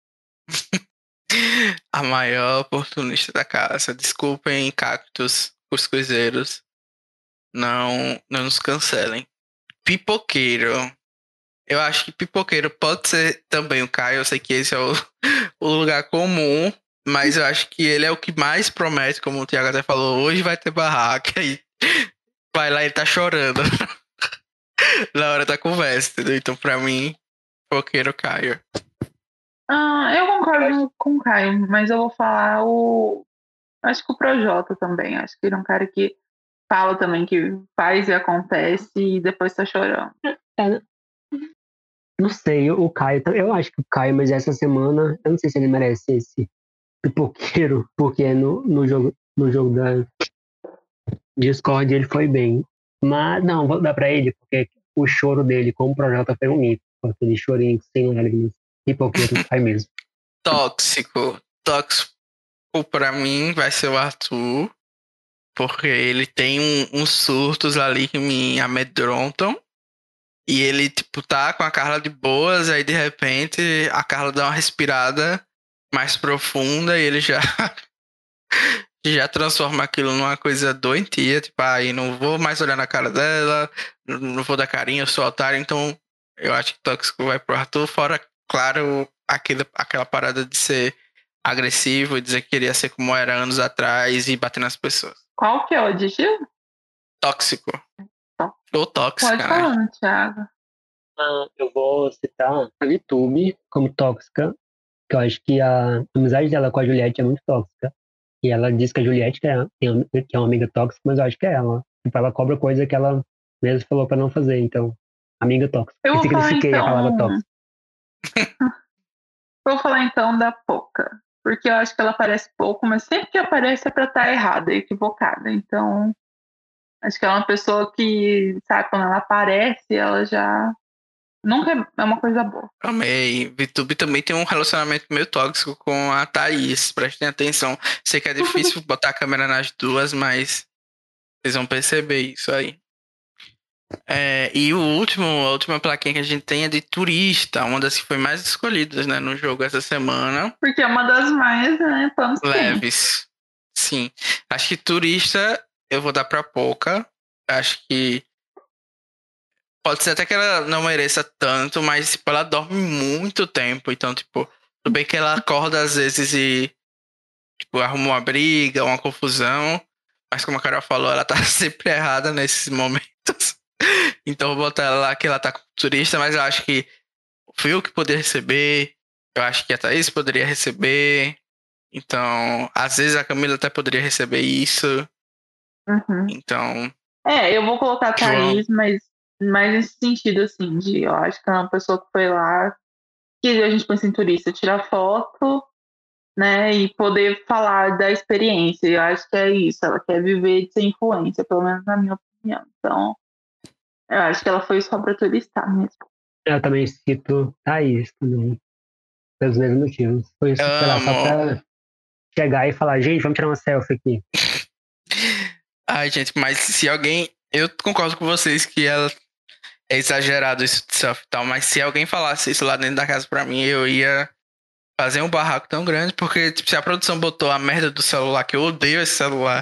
A maior oportunista da casa. Desculpem, cactos, cuscuzeiros. Não, não nos cancelem. Pipoqueiro. Eu acho que pipoqueiro pode ser também o Caio. Eu sei que esse é o, o lugar comum. Mas eu acho que ele é o que mais promete, como o Thiago até falou. Hoje vai ter barraca. E vai lá e ele tá chorando. Na hora da conversa, entendeu? Então, pra mim, pipoqueiro Caio. Ah, eu concordo com o Caio, mas eu vou falar o... Acho que o Projota também. Acho que ele é um cara que fala também que faz e acontece e depois tá chorando. É, não sei, o Caio, eu acho que o Caio, mas essa semana, eu não sei se ele merece esse pipoqueiro, porque no, no, jogo, no jogo da Discord ele foi bem. Mas, não, vou dar pra ele, porque o choro dele com o Projota foi um mito. Aquele chorinho sem lágrimas. Pipoqueiro, Caio mesmo. Tóxico. Tóxico pra mim vai ser o Arthur. Porque ele tem um, uns surtos ali que me amedrontam. E ele, tipo, tá com a Carla de boas, aí de repente a Carla dá uma respirada mais profunda e ele já já transforma aquilo numa coisa doentia, tipo, aí não vou mais olhar na cara dela, não vou dar carinho, eu sou otário, então eu acho que Tóxico vai pro Arthur, fora, claro, aquele, aquela parada de ser agressivo e dizer que queria ser como era anos atrás e bater nas pessoas. Qual que é o adjetivo? Tóxico. Tó- Ou tóxica, Pode né? falar, Thiago. Ah, eu vou citar a VTube como tóxica, que eu acho que a amizade dela com a Juliette é muito tóxica. E ela diz que a Juliette que é, que é uma amiga tóxica, mas eu acho que é ela. Tipo, ela cobra coisa que ela mesmo falou pra não fazer, então, amiga tóxica. Eu Eu vou falar signifiquei então. a palavra tóxica. Vou falar então da Poca. Porque eu acho que ela aparece pouco, mas sempre que aparece é pra estar errada, equivocada. Então, acho que ela é uma pessoa que, sabe, quando ela aparece, ela já. Nunca é uma coisa boa. Amei. VTube também tem um relacionamento meio tóxico com a Thaís. Prestem atenção. Sei que é difícil botar a câmera nas duas, mas vocês vão perceber isso aí. É, e o último, a última plaquinha que a gente tem é de turista, uma das que foi mais escolhidas, né, no jogo essa semana. Porque é uma das mais, né, panos quentes. Leves. Sim. Acho que turista eu vou dar pra Poca. Acho que pode ser até que ela não mereça tanto, mas tipo, ela dorme muito tempo. Então, tipo, tudo bem que ela acorda às vezes e tipo, arruma uma briga, uma confusão. Mas como a Carol falou, ela tá sempre errada nesses momentos. Então eu vou botar ela lá que ela tá com turista, mas eu acho que fui eu que poderia receber. Eu acho que a Thaís poderia receber. Então, às vezes a Camila até poderia receber isso. Uhum. Então. É, eu vou colocar a João. Thaís, mas mais nesse sentido, assim, de eu acho que é uma pessoa que foi lá, que a gente pensa em turista, tirar foto, né, e poder falar da experiência. Eu acho que é isso, ela quer viver de ser influência, pelo menos na minha opinião. Então, eu acho que ela foi só pra turistar mesmo. Eu também cito Thaís também, pelos mesmos motivos. Foi isso, sei lá, só pra chegar e falar, gente, vamos tirar uma selfie aqui. Ai, gente, mas se alguém... Eu concordo com vocês que ela é exagerado isso de selfie e tal, mas se alguém falasse isso lá dentro da casa pra mim, eu ia fazer um barraco tão grande, porque tipo, se a produção botou a merda do celular, que eu odeio esse celular,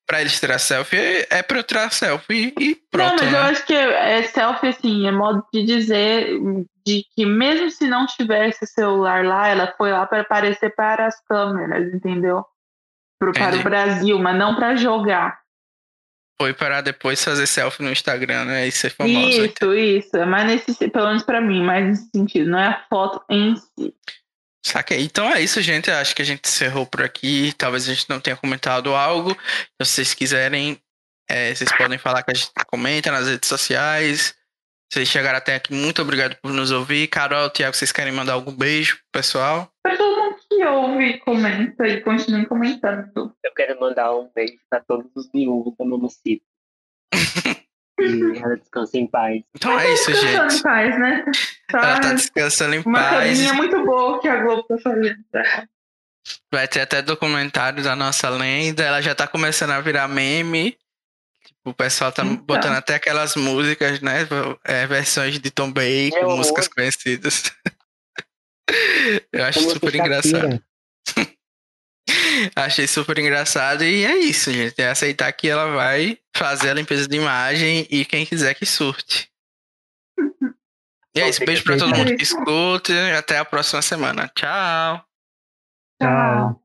pra eles tirar selfie, é, é pra eu tirar selfie e pronto, Não, mas né? eu acho que é selfie, assim, é modo de dizer de que mesmo se não tivesse celular lá, ela foi lá para aparecer para as câmeras, entendeu? Pro, para o Entendi. Brasil, mas não para jogar. Foi para depois fazer selfie no Instagram, né? E ser famosa. Isso, isso. É mais nesse, pelo menos para mim, mais nesse sentido. Não é a foto em si. Saquei. Então é isso, gente. Eu acho que a gente encerrou por aqui. Talvez a gente não tenha comentado algo. Se vocês quiserem, é, vocês podem falar que a gente comenta nas redes sociais. Vocês chegaram até aqui, muito obrigado por nos ouvir. Carol, Thiago, vocês querem mandar algum beijo pro pessoal? Para todo mundo que ouve, comenta e continue comentando. Eu quero mandar um beijo pra todos os viúvos da Mamacita. E ela descansa em paz. Então é isso, Descansando gente. em paz, né? Ela tá Tá descansando em uma paz. caminha muito boa que a Globo tá fazendo. Vai ter até documentário da nossa lenda. Ela já tá começando a virar meme. Tipo, o pessoal tá Então. botando até aquelas músicas, né? É, versões de Tom Bacon, Eu músicas amo. conhecidas. Eu acho Vamos super fechar engraçado. aqui, Achei super engraçado. E é isso, gente. É aceitar que ela vai fazer a limpeza de imagem e quem quiser que surte. E é isso. Beijo pra todo mundo que escuta. Até a próxima semana. Tchau. Tchau.